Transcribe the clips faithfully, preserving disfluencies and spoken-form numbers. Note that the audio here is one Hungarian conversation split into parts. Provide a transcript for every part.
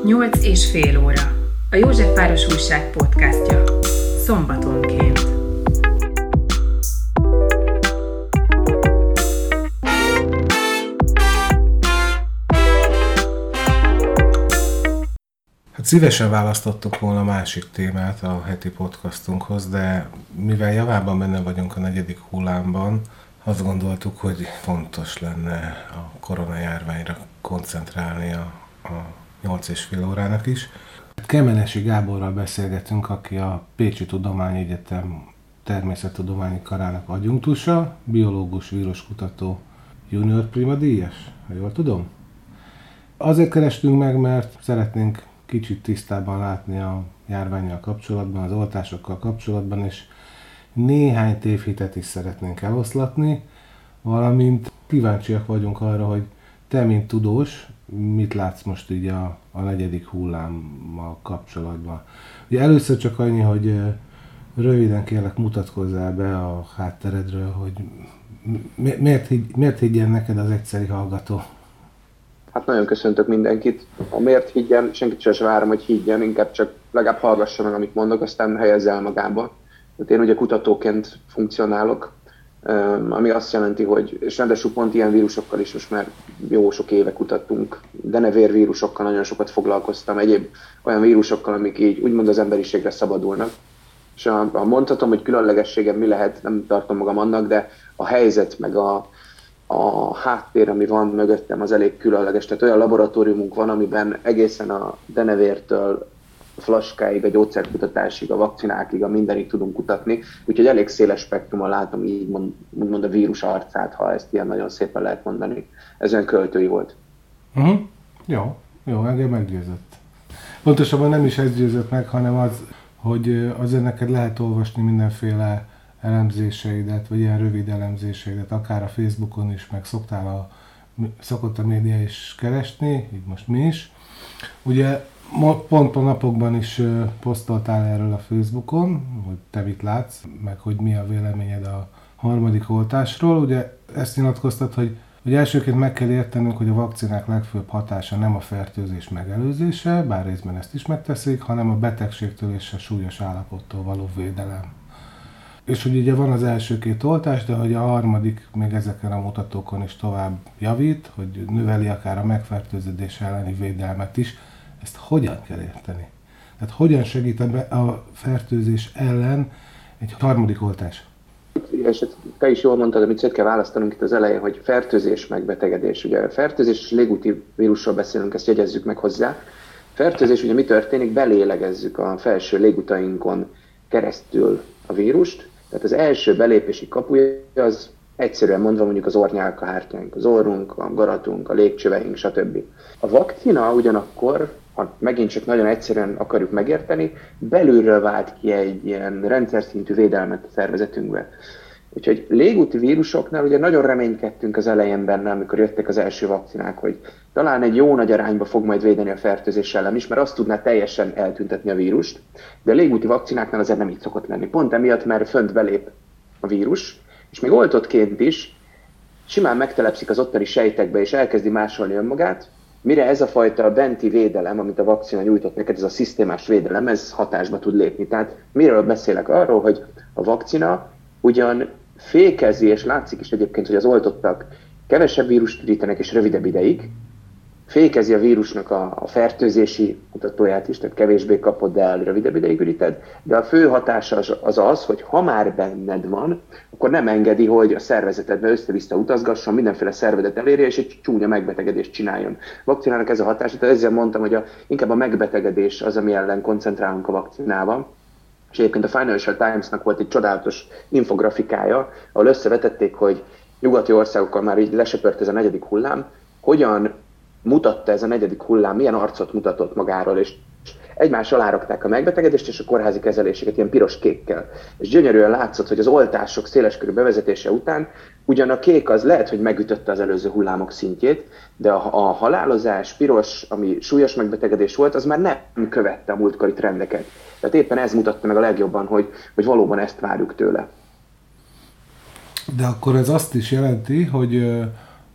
Nyolc és fél óra. A Józsefváros Újság podcastja. Szombatonként. Hát szívesen választottuk volna másik témát a heti podcastunkhoz, de mivel javában benne vagyunk a negyedik hullámban, azt gondoltuk, hogy fontos lenne a koronajárványra koncentrálni a, a nyolc és fél órának is. Kemenesi Gáborral beszélgetünk, aki a Pécsi Tudományegyetem természettudományi karának adjunktusa, biológus, víruskutató, junior primadíjas, ha jól tudom. Azért kerestünk meg, mert szeretnénk kicsit tisztában látni a járvánnyal kapcsolatban, az oltásokkal kapcsolatban, és néhány tévhitet is szeretnénk eloszlatni, valamint kíváncsiak vagyunk arra, hogy te, mint tudós, mit látsz most így a, a negyedik hullámmal kapcsolatban. Ugye először csak annyi, hogy röviden kérlek mutatkozzál be a hátteredről, hogy mi, miért, higy, miért higgyen neked az egyszeri hallgató? Hát nagyon köszöntök mindenkit. A miért higgyen, senkit sem várom, hogy higgyen, inkább csak legalább hallgassa meg, amit mondok, aztán helyezze el magába. Hát én ugye kutatóként funkcionálok, ami azt jelenti, hogy, és ráadásul pont ilyen vírusokkal is most már jó sok éve kutattunk, denevérvírusokkal nagyon sokat foglalkoztam, egyéb olyan vírusokkal, amik így úgymond az emberiségre szabadulnak. És ha mondhatom, hogy különlegességem mi lehet, nem tartom magam annak, de a helyzet meg a, a háttér, ami van mögöttem, az elég különleges. Tehát olyan laboratóriumunk van, amiben egészen a denevértől a flaskáig, a gyógyszerkutatásig, a vakcinákig, a mindenig tudunk kutatni. Úgyhogy elég széles spektrumon látom így mond, mond a vírus arcát, ha ezt ilyen nagyon szépen lehet mondani. Ez olyan költői volt. Uh-huh. Jó, jó, engem meggyőzött. Pontosabban nem is ez győzött meg, hanem az, hogy azért neked lehet olvasni mindenféle elemzéseidet, vagy ilyen rövid elemzéseidet, akár a Facebookon is, meg szoktál a, szokott a média is keresni, így most mi is. Ugye pont a napokban is posztoltál erről a Facebookon, hogy te mit látsz, meg hogy mi a véleményed a harmadik oltásról. Ugye ezt nyilatkoztat, hogy, hogy elsőként meg kell értenünk, hogy a vakcinák legfőbb hatása nem a fertőzés megelőzése, bár részben ezt is megteszik, hanem a betegségtől és a súlyos állapottól való védelem. És hogy ugye van az első két oltás, de hogy a harmadik még ezeken a mutatókon is tovább javít, hogy növeli akár a megfertőződés elleni védelmet is. Ezt hogyan kell érteni? Tehát hogyan segít a fertőzés ellen egy harmadik oltás? És te is jól mondtad, amit szét kell választanunk itt az elején, hogy fertőzés, megbetegedés. Ugye a fertőzés és légúti vírusról beszélünk, ezt jegyezzük meg hozzá. Fertőzés, ugye mi történik? Belélegezzük a felső légutainkon keresztül a vírust. Tehát az első belépési kapuja az egyszerűen mondva mondjuk az orrnyálkahártyánk, az orrunk, a garatunk, a légcsöveink, stb. A vakcina ugyanakkor, ha megint csak nagyon egyszerűen akarjuk megérteni, belülről vált ki egy ilyen rendszer szintű védelmet a szervezetünkbe. Úgyhogy légúti vírusoknál ugye nagyon reménykedtünk az elején benne, amikor jöttek az első vakcinák, hogy talán egy jó nagy arányba fog majd védeni a fertőzés ellen is, mert azt tudná teljesen eltüntetni a vírust, de a légúti vakcináknál azért nem így szokott lenni. Pont emiatt, mert fönt belép a vírus, és még oltottként is simán megtelepszik az ottani sejtekbe, és elkezdi másolni önmagát, mire ez a fajta benti védelem, amit a vakcina nyújtott neked, ez a szisztémás védelem, ez hatásba tud lépni. Tehát miről beszélek? Arról, hogy a vakcina ugyan fékezi, és látszik is egyébként, hogy az oltottak kevesebb vírust ürítenek és rövidebb ideig, fékezi a vírusnak a, a fertőzési mutatóját is, tehát kevésbé kapod el, rövidebb ideig üríted, de a fő hatása az, az az, hogy ha már benned van, akkor nem engedi, hogy a szervezetedbe össze-vissza utazgasson, mindenféle szervedet elérje, és egy csúnya megbetegedést csináljon. A vakcinának ez a hatása, tehát ezzel mondtam, hogy a, inkább a megbetegedés az, ami ellen koncentrálunk a vakcinával. És egyébként a Financial Times-nak volt egy csodálatos infografikája, ahol összevetették, hogy nyugati országokkal már így lesöpört ez a negyedik hullám, hogyan mutatta ez a negyedik hullám, milyen arcot mutatott magáról, és egymás alá rakták a megbetegedést és a kórházi kezeléseket ilyen piros-kékkel. És gyönyörűen látszott, hogy az oltások széleskörű bevezetése után ugyan a kék az lehet, hogy megütötte az előző hullámok szintjét, de a, a halálozás, piros, ami súlyos megbetegedés volt, az már nem követte a múltkori trendeket. Tehát éppen ez mutatta meg a legjobban, hogy, hogy valóban ezt várjuk tőle. De akkor ez azt is jelenti, hogy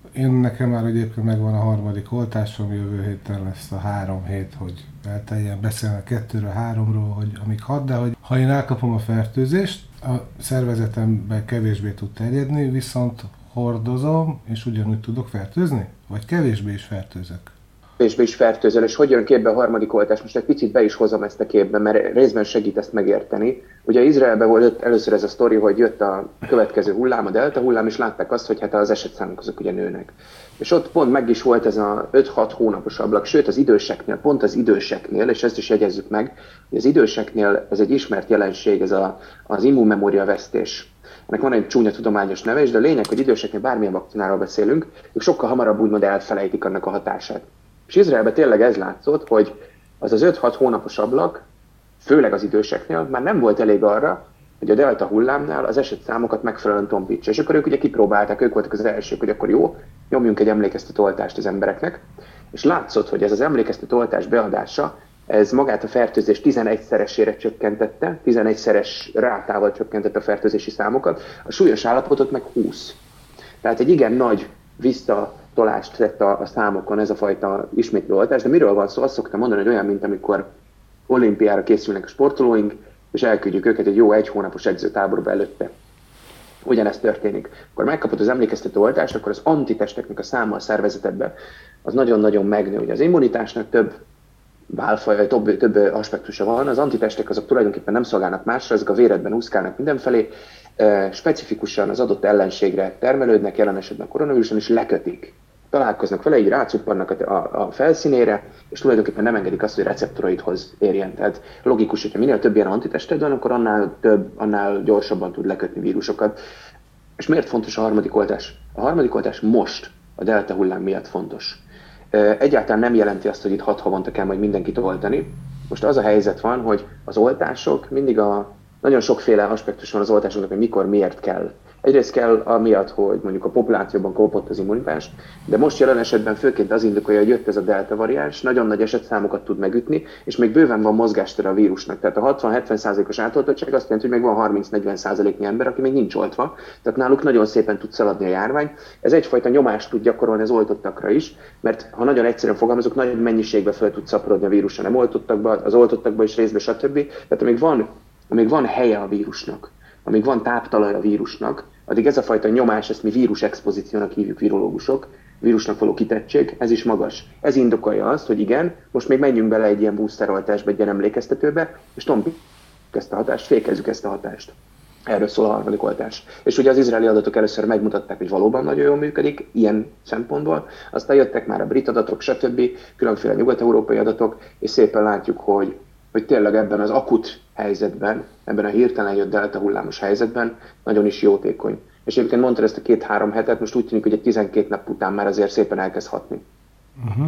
Én nekem már egyébként megvan a harmadik oltásom, jövő héten lesz a három hét, hogy elteljen, beszélnek kettőről, háromról, hogy amíg hat, de hogy ha én elkapom a fertőzést, a szervezetemben kevésbé tud terjedni, viszont hordozom, és ugyanúgy tudok fertőzni? Vagy kevésbé is fertőzök? Kevésbé is fertőzöl, és hogy jön képbe a harmadik oltás? Most egy picit be is hozom ezt a képbe, mert részben segít ezt megérteni. Ugye Izraelben volt először ez a sztori, hogy jött a következő hullám, a delta hullám, és látták azt, hogy hát az esetszámok azok ugye nőnek. És ott pont meg is volt ez a öt-hat hónapos ablak, sőt az időseknél, pont az időseknél, és ezt is jegyezzük meg, hogy az időseknél ez egy ismert jelenség, ez a, az immunmemória vesztés. Ennek van egy csúnya tudományos neve is, de a lényeg, hogy időseknél bármilyen vakcináról beszélünk, ők sokkal hamarabb úgymond elfelejtik annak a hatását. És Izraelben tényleg ez látszott, hogy az az öt-hat hónapos ablak, főleg az időseknél, már nem volt elég arra, hogy a delta hullámnál az esetszámokat megfelelően tompítsa. És akkor ők ugye kipróbálták, ők voltak az elsők, hogy akkor jó, nyomjunk egy emlékeztető oltást az embereknek. És látszott, hogy ez az emlékeztető oltás beadása, ez magát a fertőzés tizenegyszeresére csökkentette, tizenegyszeres rátával csökkentette a fertőzési számokat, a súlyos állapotot meg húsz. Tehát egy igen nagy visszatolást tett a, a számokon ez a fajta ismétlő oltás, de miről van szó? Azt szoktam mondani, hogy olyan, mint amikor olimpiára készülnek a sportolóink, és elküldjük őket egy jó egy hónapos edzőtáborba előtte. Ugyanezt történik. Akkor megkapod az emlékeztető oltást, akkor az antitesteknek a száma a szervezetedben az nagyon-nagyon megnő. Ugye az immunitásnak több válfaj, több, több aspektusa van. Az antitestek azok tulajdonképpen nem szolgálnak másra, ezek a véredben úszkálnak mindenfelé, specifikusan az adott ellenségre termelődnek, jelen esetben a koronavíruson, és lekötik. Találkoznak vele, így rácuppannak a, a, a felszínére, és tulajdonképpen nem engedik azt, hogy receptoraidhoz érjen. Tehát logikus, hogyha minél több ilyen antitested van, akkor annál több, annál gyorsabban tud lekötni vírusokat. És miért fontos a harmadik oltás? A harmadik oltás most a delta hullám miatt fontos. Egyáltalán nem jelenti azt, hogy itt hat havonta kell majd mindenkit oltani. Most az a helyzet van, hogy az oltások mindig a nagyon sokféle aspektus van az oltásoknak, hogy mikor, miért kell. Egyrészt kell amiatt, hogy mondjuk a populációban kopott az immunitás, de most jelen esetben főként az indokolja, hogy jött ez a delta variáns, nagyon nagy esetszámokat tud megütni, és még bőven van mozgástere a vírusnak. Tehát a hatvan-hetven százalékos átoltottság azt jelenti, hogy még van harminc-negyven százaléknyi ember, aki még nincs oltva, tehát náluk nagyon szépen tud szaladni a járvány. Ez egyfajta nyomást tud gyakorolni az oltottakra is, mert ha nagyon egyszerűen fogalmazok, nagy mennyiségbe fel tud szaporodni a vírus a nem oltottakba, az oltottakba is részbe, stb. Tehát amíg van, amíg van helye a vírusnak, amíg van táptalaj a vírusnak, addig ez a fajta nyomás, ezt mi vírusexpozíciónak hívjuk virológusok, vírusnak való kitettség, ez is magas. Ez indokolja azt, hogy igen, most még menjünk bele egy ilyen boosteroltásba, egy ilyen emlékeztetőbe, és tompítjuk ezt a hatást, fékezzük ezt a hatást. Erről szól a harmadik oltás. És ugye az izraeli adatok először megmutatták, hogy valóban nagyon jól működik, ilyen szempontból. Aztán jöttek már a brit adatok, stb., különféle nyugat-európai adatok, és szépen látjuk, hogy hogy tényleg ebben az akut helyzetben, ebben a hirtelen jött delta hullámos helyzetben nagyon is jótékony. És egyébként mondtad ezt a két-három hetet, most úgy tűnik, hogy egy tizenkét nap után már azért szépen elkezd hatni. Uh-huh.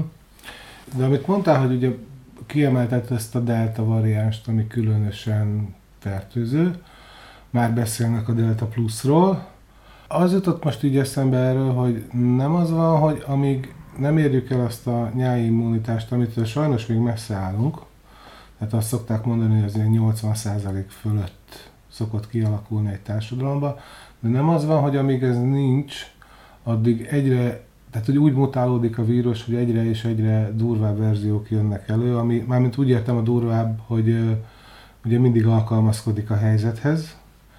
De amit mondtál, hogy ugye kiemelted ezt a delta variánst, ami különösen fertőző, már beszélnek a delta pluszról. Az jutott most így eszembe erről, hogy nem az van, hogy amíg nem érjük el azt a nyári immunitást, amitől sajnos még messze állunk, tehát azt szokták mondani, hogy az ilyen nyolcvan százalék fölött szokott kialakulni egy társadalomba, de nem az van, hogy amíg ez nincs, addig egyre, tehát hogy úgy mutálódik a vírus, hogy egyre és egyre durvább verziók jönnek elő, ami mármint úgy értem a durvább, hogy uh, ugye mindig alkalmazkodik a helyzethez,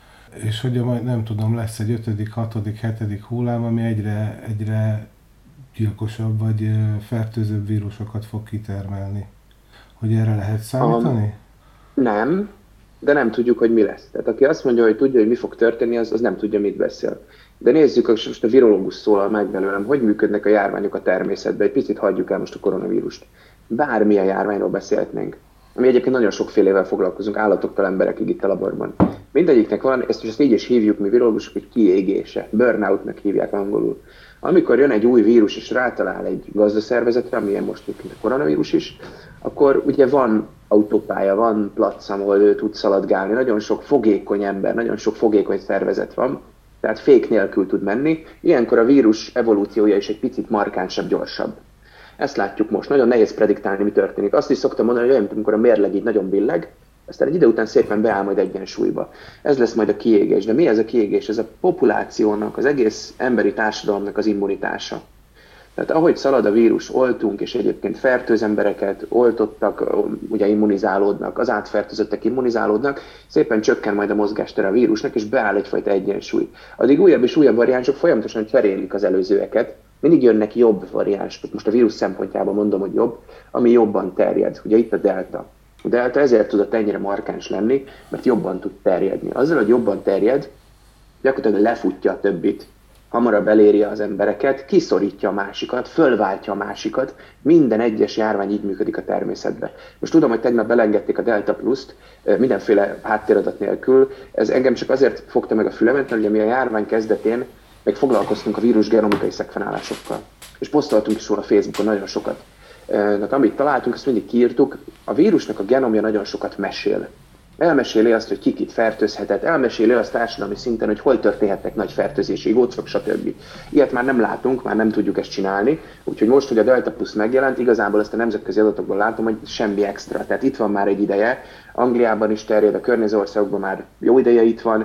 és hogy majd nem tudom, lesz egy ötödik, hatodik, hetedik hullám, ami egyre, egyre gyilkosabb vagy uh, fertőzőbb vírusokat fog kitermelni. Hogy erre lehet számítani? Um, nem, de nem tudjuk, hogy mi lesz. Tehát aki azt mondja, hogy tudja, hogy mi fog történni, az, az nem tudja, mit beszél. De nézzük, hogy most a virológus szólal meg belőlem, hogy működnek a járványok a természetben. Egy picit hagyjuk el most a koronavírust. Bármilyen járványról beszélhetnénk. Ami egyébként nagyon sokfélével foglalkozunk, állatoktól emberekig itt a laborban. Mindegyiknek van, ezt, ezt így is hívjuk mi virológusok, hogy kiégése. Burnoutnak hívják angolul. Amikor jön egy új vírus és rátalál egy gazdaszervezetre, amilyen most a koronavírus is, akkor ugye van autópálya, van plac, ahol ő tud szaladgálni, nagyon sok fogékony ember, nagyon sok fogékony szervezet van, tehát fék nélkül tud menni. Ilyenkor a vírus evolúciója is egy picit markánsabb, gyorsabb. Ezt látjuk most, nagyon nehéz prediktálni, mi történik. Azt is szoktam mondani, hogy olyan, amikor a mérleg így nagyon billeg, aztán egy idő után szépen beáll majd egyensúlyba. Ez lesz majd a kiégés. De mi ez a kiégés? Ez a populációnak, az egész emberi társadalomnak az immunitása. Tehát ahogy szalad a vírus, oltunk, és egyébként fertőz embereket, oltottak, ugye immunizálódnak, az átfertőzöttek immunizálódnak, szépen csökken majd a mozgástere a vírusnak, és beáll egyfajta egyensúly. Addig újabb és újabb variánsok folyamatosan cserélik az előzőeket, mindig jönnek jobb variánsok, most a vírus szempontjában mondom, hogy jobb, ami jobban terjed. Ugye itt a delta. A delta ezért tudott ennyire markáns lenni, mert jobban tud terjedni. Azzal, hogy jobban terjed, gyakorlatilag lefutja a többit, hamarabb eléri az embereket, kiszorítja a másikat, fölváltja a másikat. Minden egyes járvány így működik a természetben. Most tudom, hogy tegnap belengedték a Delta Plus-t, mindenféle háttiradat nélkül. Ez engem csak azért fogta meg a fülemet, mert ugye mi a járvány kezdetén még foglalkoztunk a vírus genomikai szekvenálásokkal. És posztoltunk is róla a Facebookon nagyon sokat. Tehát amit találtunk, azt mindig kiírtuk, a vírusnak a genomja nagyon sokat mesél. Elmeséli azt, hogy ki kit fertőzhetett, elmeséli azt társadalmi szinten, hogy hol történhetnek nagy fertőzési gócok, stb. Ilyet már nem látunk, már nem tudjuk ezt csinálni, úgyhogy most, hogy a Delta Plus megjelent, igazából ezt a nemzetközi adatokból látom, hogy semmi extra. Tehát itt van már egy ideje, Angliában is terjed, a környező országokban már jó ideje itt van.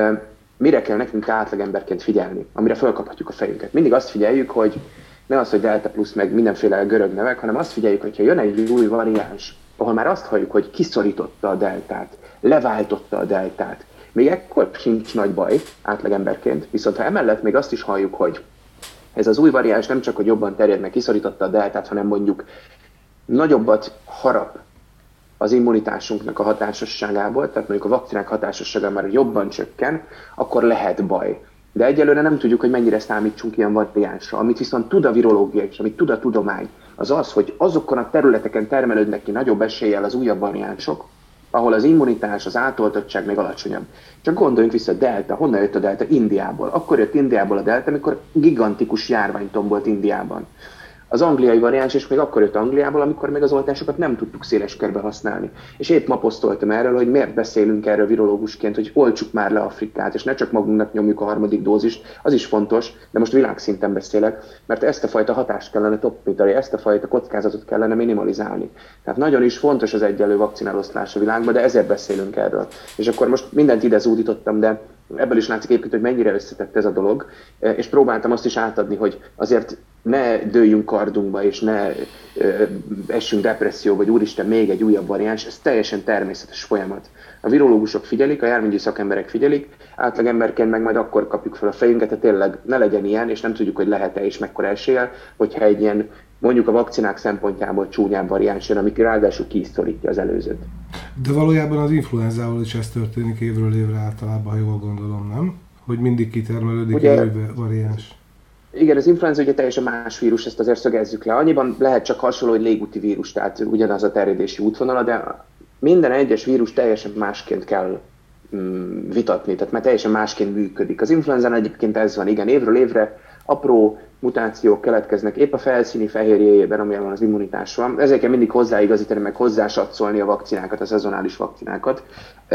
Mire kell nekünk átlagemberként figyelni, amire felkaphatjuk a fejünket? Mindig azt figyeljük, hogy ne az, hogy Delta Plus meg mindenféle görög nevek, hanem azt figyeljük, hogyha jön egy új variáns, ahol már azt halljuk, hogy kiszorította a deltát, leváltotta a deltát. Még ekkor sincs nagy baj átlagemberként, viszont ha emellett még azt is halljuk, hogy ez az új variáns nem csak, hogy jobban terjed, meg kiszorította a deltát, hanem mondjuk nagyobbat harap az immunitásunknak a hatásosságából, tehát mondjuk a vakcinák hatásossága már jobban csökken, akkor lehet baj. De egyelőre nem tudjuk, hogy mennyire számítsunk ilyen variánsra. Amit viszont tud a virológia és amit tud a tudomány, az az, hogy azokon a területeken termelődnek ki nagyobb eséllyel az újabb variánsok, ahol az immunitás, az átoltottság még alacsonyabb. Csak gondoljunk vissza, delta, honnan jött a delta? Indiából. Akkor jött Indiából a delta, amikor gigantikus járvány tombolt Indiában. Az angliai variáns is még akkor jött Angliából, amikor még az oltásokat nem tudtuk széles körbe használni. És épp ma posztoltam erről, hogy miért beszélünk erről virológusként, hogy oltsuk már le Afrikát, és ne csak magunknak nyomjuk a harmadik dózist, az is fontos, de most világszinten beszélek, mert ezt a fajta hatást kellene toppítani, ezt a fajta kockázatot kellene minimalizálni. Tehát nagyon is fontos az egyenlő vakcinálosztás a világban, de ezért beszélünk erről. És akkor most mindent ide zúdítottam, de ebből is látszik egyébként, hogy mennyire összetett ez a dolog, és próbáltam azt is átadni, hogy azért ne dőljünk kardunkba, és ne ö, essünk depresszióba, vagy úristen, még egy újabb variáns, ez teljesen természetes folyamat. A virológusok figyelik, a járványügyi szakemberek figyelik, átlagemberként meg majd akkor kapjuk fel a fejünket, hogy tényleg ne legyen ilyen, és nem tudjuk, hogy lehet-e és mekkora eséllyel, hogyha egy ilyen, mondjuk a vakcinák szempontjából csúnyább variáns jön, ami ráadásul kiszorítja az előzőt. De valójában az influenzával is ez történik évről évre általában, ha jól gondolom, nem? Hogy mindig kitermelődik ugye, egy új variáns. Igen, az influenza ugye teljesen más vírus, ezt azért szögezzük le. Annyiban lehet csak hasonló, hogy légúti vírus, tehát ugyanaz a terjedési útvonala, de minden egyes vírus teljesen másként kell mm, vitatni, tehát mert teljesen másként működik. Az influenzán egyébként ez van, igen, évről évre apró mutációk keletkeznek épp a felszíni fehérjéjében, amilyen az immunitás van. Ezért kell mindig hozzáigazítani, meg hozzásatszolni a vakcinákat, a szezonális vakcinákat.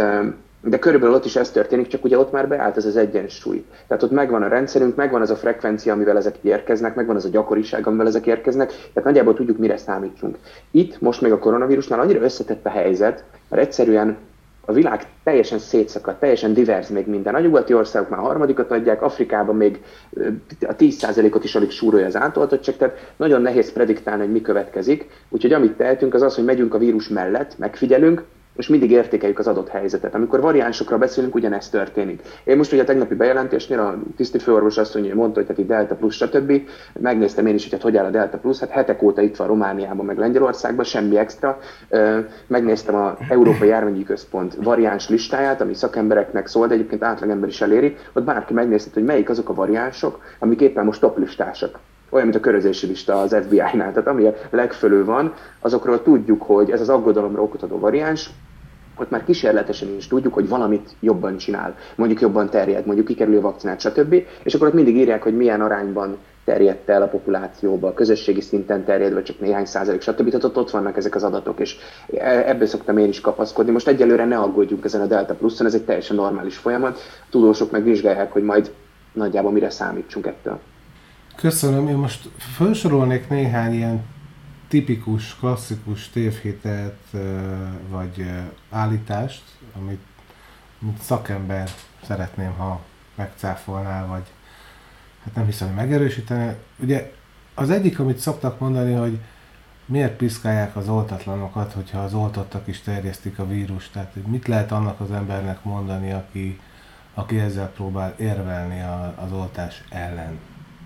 De körülbelül ott is ez történik, csak ugye ott már beállt ez az egyensúly. Tehát ott megvan a rendszerünk, megvan az a frekvencia, amivel ezek érkeznek, megvan az a gyakoriság, amivel ezek érkeznek, tehát nagyjából tudjuk, mire számítsunk. Itt most még a koronavírusnál annyira összetett a helyzet, mert egyszerűen a világ teljesen szétszakadt, teljesen divers még minden. A nyugati országok már a harmadikat adják, Afrikában még a tíz százalékot is alig súrolja az átoltottság, tehát nagyon nehéz prediktálni, hogy mi következik. Úgyhogy amit tehetünk, az az, hogy megyünk a vírus mellett, megfigyelünk, és mindig értékeljük az adott helyzetet. Amikor variánsokra beszélünk, ugyanezt történik. Én most ugye a tegnapi bejelentésnél a tisztifőorvos azt mondja, hogy mondta, hogy hát itt Delta Plus, stb. Megnéztem én is, hogy hát hogy áll a Delta Plus, hát hetek óta itt van Romániában, meg Lengyelországban, semmi extra. Megnéztem az Európai Járványi Központ variáns listáját, ami szakembereknek szól, de egyébként átlagember is eléri, ott bárki megnézte, hogy melyik azok a variánsok, amik éppen most top listásak. Olyan, mint a körözési lista az ef bé i-nál. Tehát ami a legfölül van, azokról tudjuk, hogy ez az aggodalomra okot adó variáns, ott már kísérletesen is tudjuk, hogy valamit jobban csinál, mondjuk jobban terjed, mondjuk kikerül a vakcinát, stb. És akkor ott mindig írják, hogy milyen arányban terjedt el a populációba, a közösségi szinten terjed, vagy csak néhány százalék, stb. Tehát ott, ott vannak ezek az adatok, és ebből szoktam én is kapaszkodni. Most egyelőre ne aggódjunk ezen a Delta Pluszon, ez egy teljesen normális folyamat. A tudósok meg vizsgálják, hogy majd nagyjából mire számítsunk ettől. Köszönöm, én most felsorolnék néhány ilyen tipikus, klasszikus tévhitet vagy állítást, amit mint szakember szeretném, ha megcáfolnál, vagy hát nem hiszem, hogy megerősíteni. Ugye Az egyik, amit szoktak mondani, hogy miért piszkálják az oltatlanokat, hogyha az oltottak is terjesztik a vírust. Tehát hogy mit lehet annak az embernek mondani, aki, aki ezzel próbál érvelni a, az oltás ellen?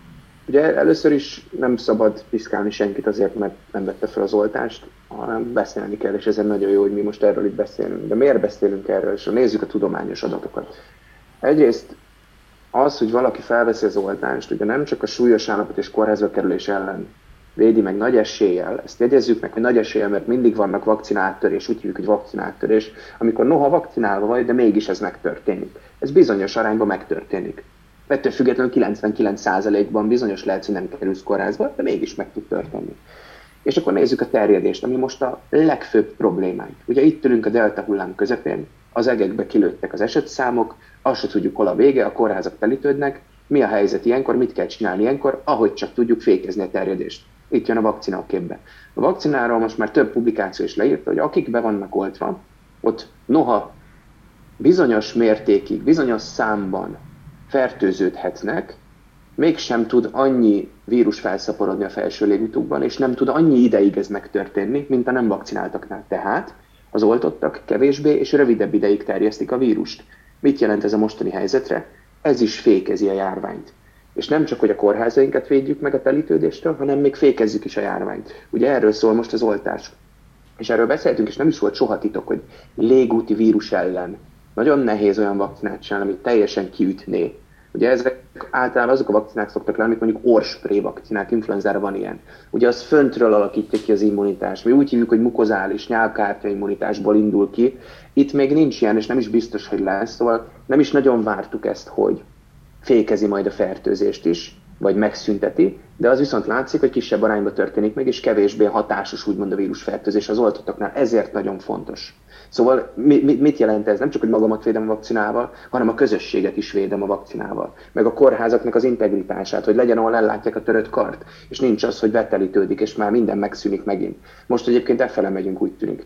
Ugye először is nem szabad piszkálni senkit azért, mert nem vette fel az oltást, hanem beszélni kell, és ezen nagyon jó, hogy mi most erről itt beszélünk. De miért beszélünk erről, és nézzük a tudományos adatokat. Egyrészt az, hogy valaki felveszi az oltást, ugye nem csak a súlyos állapot és kórházba kerülés ellen védi meg nagy eséllyel, ezt jegyezzük meg, hogy nagy eséllyel, mert mindig vannak vakcináttörés, úgy hívjuk, hogy vakcináttörés, amikor noha vakcinálva vagy, de mégis ez megtörténik. Ez bizonyos arányban megtörténik. Ettől függetlenül kilencvenkilenc százalékban bizonyos lehet, hogy nem kerülsz kórházba, de mégis meg tud történni. És akkor nézzük a terjedést, ami most a legfőbb problémánk. Ugye itt ülünk a delta hullám közepén, az egekbe kilőttek az esetszámok, azt se tudjuk, hol a vége, a kórházak telítődnek. Mi a helyzet ilyenkor, mit kell csinálni ilyenkor, ahogy csak tudjuk fékezni a terjedést. Itt jön a vakcina a képbe. A vakcináról most már több publikáció is leírta, hogy akik be vannak oltva, ott noha bizonyos mértékig, bizonyos számban fertőződhetnek, mégsem tud annyi vírus felszaporodni a felső légutukban, és nem tud annyi ideig ez megtörténni, mint a nem vakcináltaknál. Tehát az oltottak kevésbé és rövidebb ideig terjesztik a vírust. Mit jelent ez a mostani helyzetre? Ez is fékezi a járványt. És nem csak, hogy a kórházainkat védjük meg a telítődéstől, hanem még fékezzük is a járványt. Ugye erről szól most az oltás. És erről beszéltünk, és nem is volt soha titok, hogy légúti vírus ellen nagyon nehéz olyan vakcinát csinálni, amit teljesen kiütné. Ugye ezek általában azok a vakcinák szoktak lenni, mondjuk orrspré vakcinák, influenzára van ilyen. Ugye az föntről alakítja ki az immunitást. Mi úgy hívjuk, hogy mukozális, nyálkártya immunitásból indul ki. Itt még nincs ilyen, és nem is biztos, hogy lesz, szóval nem is nagyon vártuk ezt, hogy fékezi majd a fertőzést is, vagy megszünteti, de az viszont látszik, hogy kisebb arányban történik meg, és kevésbé hatásos úgymond a vírusfertőzés az oltottaknál, ezért nagyon fontos. Szóval mit jelent ez? Nem csak, hogy magamat védem a vakcinával, hanem a közösséget is védem a vakcinával. Meg a kórházaknak az integritását, hogy legyen, ahol ellátják a törött kart, és nincs az, hogy betelítődik, és már minden megszűnik megint. Most egyébként effele megyünk, úgy tűnik.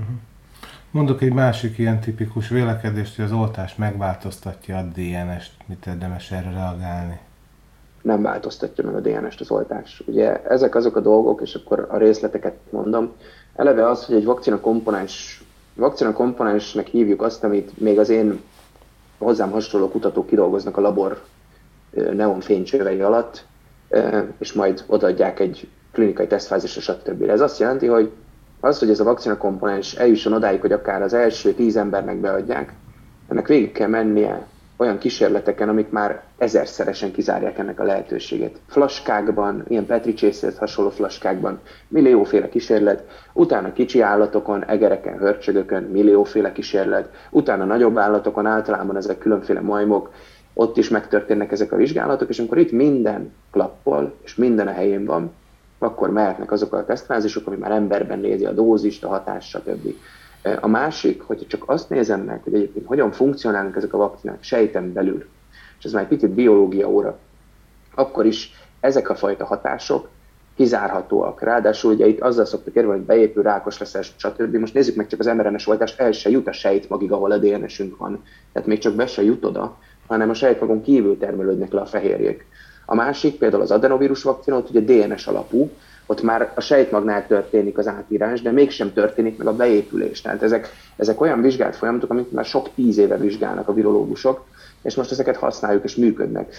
Mondok egy másik ilyen tipikus vélekedést, hogy az oltás megváltoztatja a dé en est. Mit érdemes erre reagálni? Nem változtatja meg a dé en est az oltás. Ugye ezek azok a dolgok, és akkor a részleteket mondom. Eleve az, hogy egy vakcina komponens, vakcina komponensnek hívjuk azt, amit még az én hozzám hasonló kutatók kidolgoznak a labor neonfénycsövei alatt, és majd odaadják egy klinikai tesztfázisra, stb. Ez azt jelenti, hogy az, hogy ez a vakcina komponens eljusson odáig, hogy akár az első tíz embernek beadják, ennek végig kell mennie olyan kísérleteken, amik már ezerszeresen kizárják ennek a lehetőségét. Flaskákban, ilyen Petri csészéhez hasonló flaskákban millióféle kísérlet, utána kicsi állatokon, egereken, hörcsögökön millióféle kísérlet, utána nagyobb állatokon, általában ezek különféle majmok, ott is megtörténnek ezek a vizsgálatok, és amikor itt minden klappol, és minden a helyén van, akkor mehetnek azok a tesztfázisok, ami már emberben nézi a dózist, a hatást, stb. A másik, hogyha csak azt nézem meg, hogy egyébként hogyan funkcionálnak ezek a vakcinák sejten belül, és ez már egy picit biológia óra, akkor is ezek a fajta hatások kizárhatóak. Ráadásul ugye itt azzal szoktak érvelni, hogy beépül, rákos lesz, stb. Most nézzük meg csak az em er en es oltást, el se jut a sejtmagig, ahol a dé en esünk van. Tehát még csak be se jut oda, hanem a sejtmagon kívül termelődnek le a fehérjék. A másik, például az adenovírus vakcina, ott ugye dé en es alapú, ott már a sejtmagnál történik az átírás, de mégsem történik meg a beépülés. Tehát ezek, ezek olyan vizsgált folyamatok, amit már sok tíz éve vizsgálnak a virológusok, és most ezeket használjuk és működnek.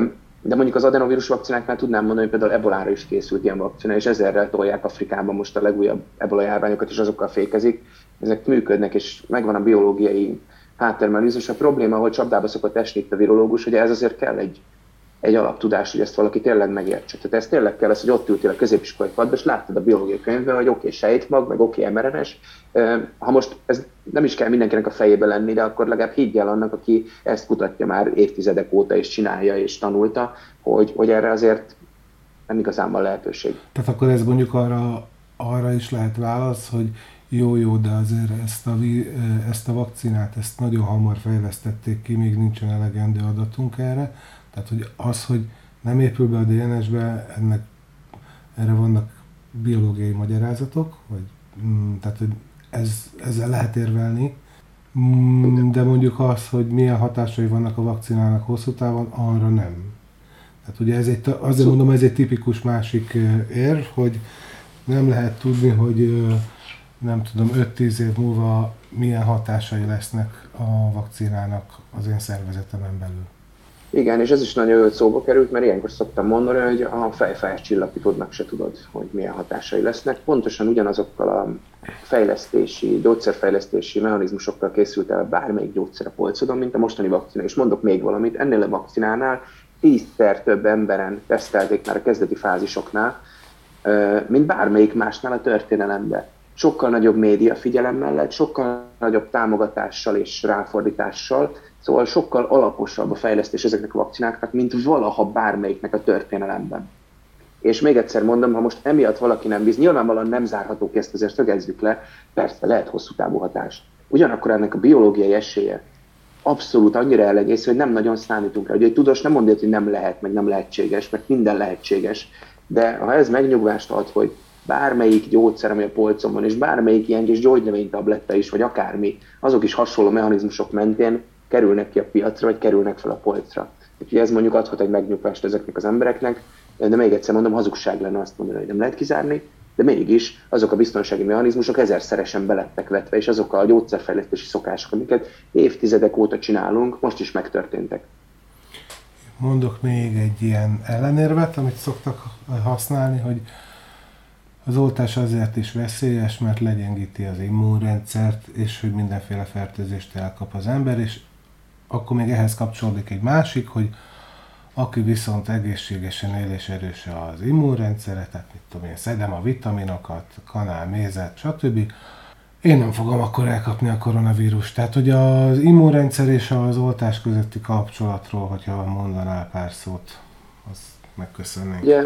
De mondjuk az adenovírus vakcináknál tudnám mondani, hogy például ebolára is készült ilyen vakcina, és ezerrel tolják Afrikában most a legújabb ebola járványokat, és azokkal fékezik. Ezek működnek, és megvan a biológiai háttérmelőzés. A probléma, hogy csapdába szokott esni itt a virológus, hogy ez azért kell egy egy alaptudás, hogy ezt valaki tényleg megértse. Tehát ez tényleg kell az, hogy ott ültél a középiskolai padba, és láttad a biológiai könyvben, hogy oké, okay, sejtmag, meg oké, okay, em er en es. Ha most ez nem is kell mindenkinek a fejébe lenni, de akkor legalább higgy el annak, aki ezt kutatja már évtizedek óta, és csinálja, és tanulta, hogy, hogy erre azért nem igazán van lehetőség. Tehát akkor ez mondjuk arra, arra is lehet válasz, hogy jó-jó, de azért ezt a, ezt a vakcinát, ezt nagyon hamar fejlesztették ki, még nincsen elegendő adatunk erre. Tehát, hogy az, hogy nem épül be a dé en es-be, ennek, erre vannak biológiai magyarázatok, vagy, mm, tehát, hogy ez, ezzel lehet érvelni, mm, de mondjuk az, hogy milyen hatásai vannak a vakcinának hosszú távon, arra nem. Tehát ugye ez egy, azért mondom, ez egy tipikus másik érv, hogy nem lehet tudni, hogy nem tudom, öt-tíz év múlva milyen hatásai lesznek a vakcinának az én szervezetemen belül. Igen, és ez is nagyon jól szóba került, mert ilyenkor szoktam mondani, hogy a fejfájás csillapítódnak se tudod, hogy milyen hatásai lesznek. Pontosan ugyanazokkal a fejlesztési, gyógyszerfejlesztési mechanizmusokkal készült el bármelyik gyógyszer a polcodon, mint a mostani vakcina. És mondok még valamit, ennél a vakcinánál tízszer több emberen tesztelték már a kezdeti fázisoknál, mint bármelyik másnál a történelemben. Sokkal nagyobb média figyelem mellett, sokkal nagyobb támogatással és ráfordítással, szóval sokkal alaposabb a fejlesztés ezeknek a vakcináknak, mint valaha bármelyiknek a történelemben. És még egyszer mondom, ha most emiatt valaki nem bíz, nyilvánvalóan nem zárható ki, ezt azért szögezzük le, persze lehet hosszú távú hatás. Ugyanakkor ennek a biológiai esélye abszolút annyira elenyésző, hogy nem nagyon számítunk rá. Ugye egy tudós nem mondja, hogy nem lehet, meg nem lehetséges, meg minden lehetséges, de ha ez megnyugvást ad, hogy bármelyik gyógyszer, ami a polcon van, és bármelyik ilyen kis gyógynövénytabletta is, vagy akármi, azok is hasonló mechanizmusok mentén kerülnek ki a piacra, vagy kerülnek fel a polcra. Úgyhogy ez mondjuk adhat egy megnyugvást ezeknek az embereknek, de még egyszer mondom, hazugság lenne azt mondani, hogy nem lehet kizárni, de mégis azok a biztonsági mechanizmusok ezerszeresen belettek vetve, és azok a gyógyszerfejlesztési szokások, amiket évtizedek óta csinálunk, most is megtörténtek. Mondok még egy ilyen ellenérvet, amit szoktak használni, hogy az oltás azért is veszélyes, mert legyengíti az immunrendszert, és hogy mindenféle fertőzést elkap az ember, és akkor még ehhez kapcsolódik egy másik, hogy aki viszont egészségesen él és erős az immunrendszere, tehát mit tudom én, szedem a vitaminokat, kanál, mézet, stb. Én nem fogom akkor elkapni a koronavírust. Tehát, hogy az immunrendszer és az oltás közötti kapcsolatról, hogyha mondanál pár szót, azt megköszönnénk. Yeah.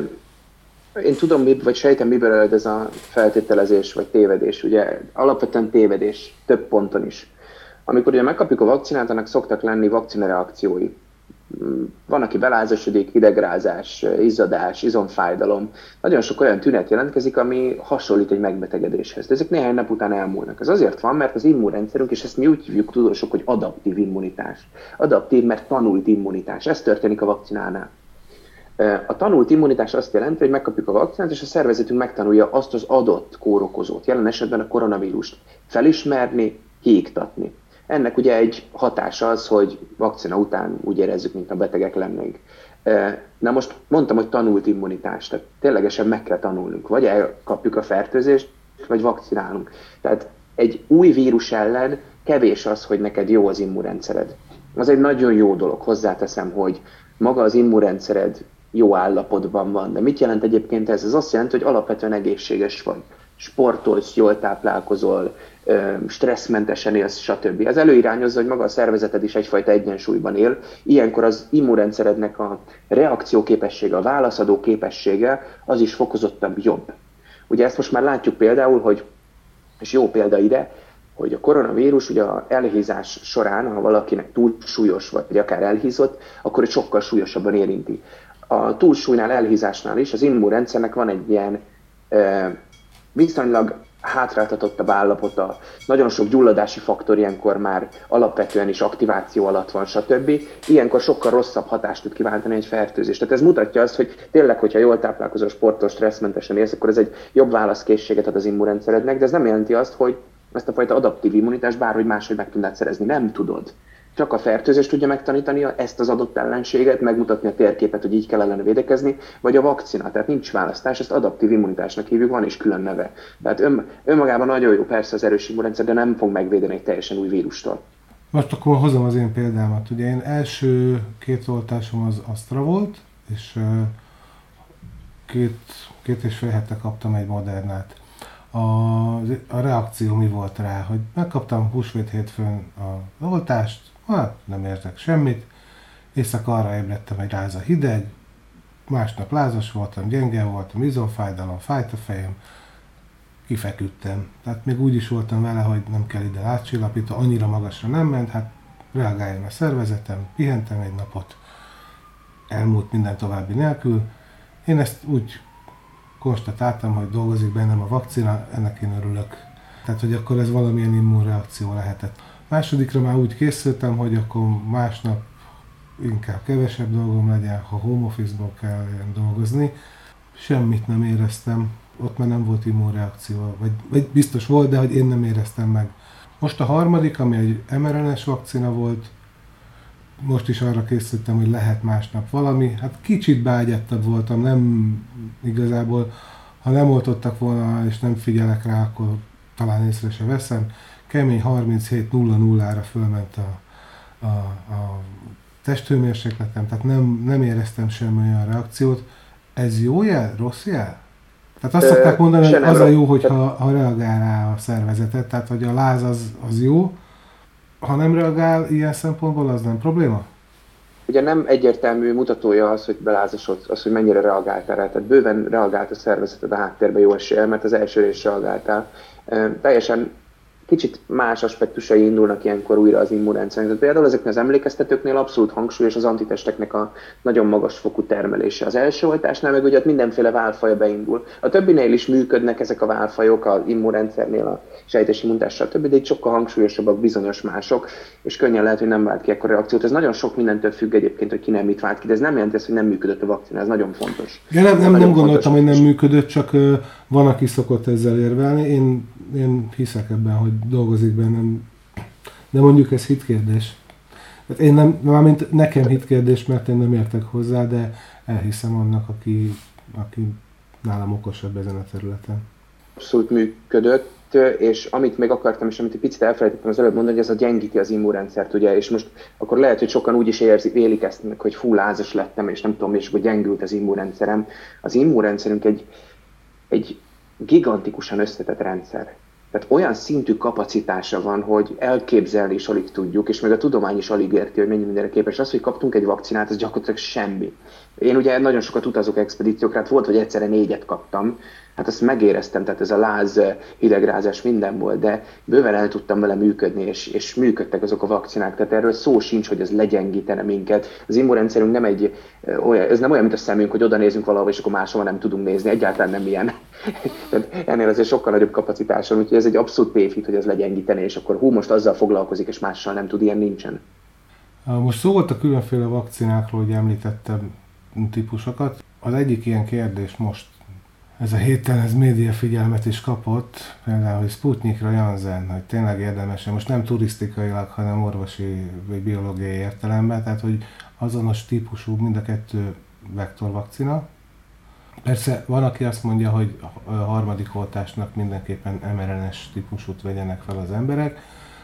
Én tudom, vagy sejtem, miből ered ez a feltételezés, vagy tévedés. Ugye alapvetően tévedés, több ponton is. Amikor ugye megkapjuk a vakcinát, annak szoktak lenni vakcinareakciói. Van, aki belázasodik, hidegrázás, izzadás, izomfájdalom. Nagyon sok olyan tünet jelentkezik, ami hasonlít egy megbetegedéshez. De ezek néhány nap után elmúlnak. Ez azért van, mert az immunrendszerünk, és ezt mi úgy hívjuk tudósok, hogy adaptív immunitás. Adaptív, mert tanult immunitás. Ez történik a vakcinánál. A tanult immunitás azt jelenti, hogy megkapjuk a vakcinát, és a szervezetünk megtanulja azt az adott kórokozót, jelen esetben a koronavírust felismerni, kiiktatni. Ennek ugye egy hatása az, hogy vakcina után úgy érezzük, mint a betegek lennénk. Na most mondtam, hogy tanult immunitás, tehát ténylegesen meg kell tanulnunk. Vagy elkapjuk a fertőzést, vagy vakcinálunk. Tehát egy új vírus ellen kevés az, hogy neked jó az immunrendszered. Az egy nagyon jó dolog, hozzáteszem, hogy maga az immunrendszered jó állapotban van. De mit jelent egyébként ez? Ez azt jelenti, hogy alapvetően egészséges vagy. Sportolsz, jól táplálkozol, stresszmentesen élsz, stb. Ez előirányozza, hogy maga a szervezeted is egyfajta egyensúlyban él. Ilyenkor az immunrendszerednek a reakcióképessége, a válaszadó képessége az is fokozottabb, jobb. Ugye ezt most már látjuk például, hogy, és jó példa ide, hogy a koronavírus ugye az elhízás során, ha valakinek túl súlyos vagy akár elhízott, akkor egy sokkal súlyosabban érinti. A túlsúlynál, elhízásnál is az immunrendszernek van egy ilyen e, viszonylag hátráltatottabb állapota, nagyon sok gyulladási faktor ilyenkor már alapvetően is aktiváció alatt van, stb. Ilyenkor sokkal rosszabb hatást tud kiváltani egy fertőzés. Tehát ez mutatja azt, hogy tényleg, hogyha jól táplálkozol, sportol, stresszmentesen élsz, akkor ez egy jobb válaszkészséget ad az immunrendszerednek, de ez nem jelenti azt, hogy ezt a fajta adaptív immunitást bárhogy máshogy meg tudnád szerezni. Nem tudod. Csak a fertőzés tudja megtanítani ezt az adott ellenséget, megmutatni a térképet, hogy így kell ellene védekezni, vagy a vakcina. Tehát nincs választás, ezt adaptív immunitásnak hívjuk, van is külön neve. Tehát ön, önmagában nagyon jó persze az erős immunrendszer, de nem fog megvédeni egy teljesen új vírustól. Most akkor hozom az én példámat. Ugye én első két oltásom az Astra volt, és két, két és fél hete kaptam egy Modernát. A, a reakció mi volt rá, hogy megkaptam húsvét hétfőn az oltást, hát nem érzek semmit, éjszaka arra ébredtem, hogy ráz a hideg, másnap lázas voltam, gyenge voltam, izomfájdalom, fájt a fejem, kifeküdtem. Tehát még úgy is voltam vele, hogy nem kell ide átcsillapítani, annyira magasra nem ment, hát reagáljon a szervezetem, pihentem egy napot, elmúlt minden további nélkül. Én ezt úgy konstatáltam, hogy dolgozik bennem a vakcina, ennek én örülök. Tehát, hogy akkor ez valamilyen immunreakció lehetett. Másodikra már úgy készültem, hogy akkor másnap inkább kevesebb dolgom legyen, ha home office-ból kell dolgozni. Semmit nem éreztem, ott már nem volt immunreakció, vagy, vagy biztos volt, de hogy én nem éreztem meg. Most a harmadik, ami egy em er en es vakcina volt, most is arra készültem, hogy lehet másnap valami. Hát kicsit beágyattabb voltam, nem igazából, ha nem oltottak volna és nem figyelek rá, akkor talán észre se veszem. Kemény harminchét nulla nullára fölment a, a, a testhőmérsékletem, tehát nem, nem éreztem semmi olyan reakciót. Ez jó jel? Rossz jel? Tehát azt szokták mondani, hogy az a jó, hogyha ha reagál rá a szervezetet, tehát hogy a láz az, az jó, ha nem reagál ilyen szempontból, az nem probléma? Ugye nem egyértelmű mutatója az, hogy belázasodsz, az, hogy mennyire reagáltál rá. Tehát bőven reagált a szervezeted a háttérbe jó eséllyel, mert az elsőre is reagáltál. E, teljesen kicsit más aspektusai indulnak ilyenkor újra az immunrendszernek. Például ezeknél az emlékeztetőknél abszolút hangsúlyos az antitesteknek a nagyon magas fokú termelése. Az első oltásnál meg ugye mindenféle válfaja beindul. A többinél is működnek ezek a válfajok, az immunrendszernél, a sejtes immuntással, többi, de itt sokkal hangsúlyosabbak bizonyos mások, és könnyen lehet, hogy nem vált ki ekkor a reakciót. Ez nagyon sok mindentől függ egyébként, hogy ki nem mit vált ki, de ez nem jelenti azt, hogy nem működött a vakcina, ez nagyon fontos. Ja, nem, nem, nem gondoltam, hogy nem működött, csak uh, van, aki szokott ezzel érvelni. Én, én hiszek ebben, hogy dolgozik bennem, de mondjuk ez hitkérdés. Én nem, mármint nekem hitkérdés, mert én nem értek hozzá, de elhiszem annak, aki, aki nálam okosabb ezen a területen. Abszolút működött, és amit még akartam, és amit egy picit elfelejtettem az előbb mondani, hogy ez a gyengíti az immunrendszert, ugye, és most akkor lehet, hogy sokan úgy is érzik, élik ezt, hogy fú, lázas lettem, és nem tudom, és akkor gyengült az immunrendszerem. Az immunrendszerünk egy, egy gigantikusan összetett rendszer. Tehát olyan szintű kapacitása van, hogy elképzelni is alig tudjuk, és még a tudomány is alig érti, hogy mennyi mindenre képes. Az, hogy kaptunk egy vakcinát, az gyakorlatilag semmi. Én ugye nagyon sokat utazok expedíciókra, hát volt, hogy egyszerre négyet kaptam, hát azt megéreztem, tehát ez a láz, hidegrázás minden volt, de bőven el tudtam vele működni, és, és működtek azok a vakcinák, tehát erről szó sincs, hogy ez legyengítene minket. Az immunrendszerünk nem egy, olyan, ez nem olyan, mint a szemünk, hogy oda nézünk valahol, és akkor máshol nem tudunk nézni, egyáltalán nem ilyen. Tehát ennél azért sokkal nagyobb kapacitáson, úgyhogy ez egy abszolút tévhit, hogy ez legyengítene, és akkor hú, most azzal foglalkozik, és mással nem tud, ilyen nincsen. Most szó volt a különféle vakcinákról, hogy említettem típusokat. Az egyik ilyen kérdés most, ez a héten ez média figyelmet is kapott, például, hogy Sputnikra Janssen, hogy tényleg érdemes, most nem turisztikailag, hanem orvosi vagy biológiai értelemben, tehát hogy azonos típusú mind a kettő vektorvakcina. Persze van, aki azt mondja, hogy a harmadik oltásnak mindenképpen em er en es típusút vegyenek fel az emberek,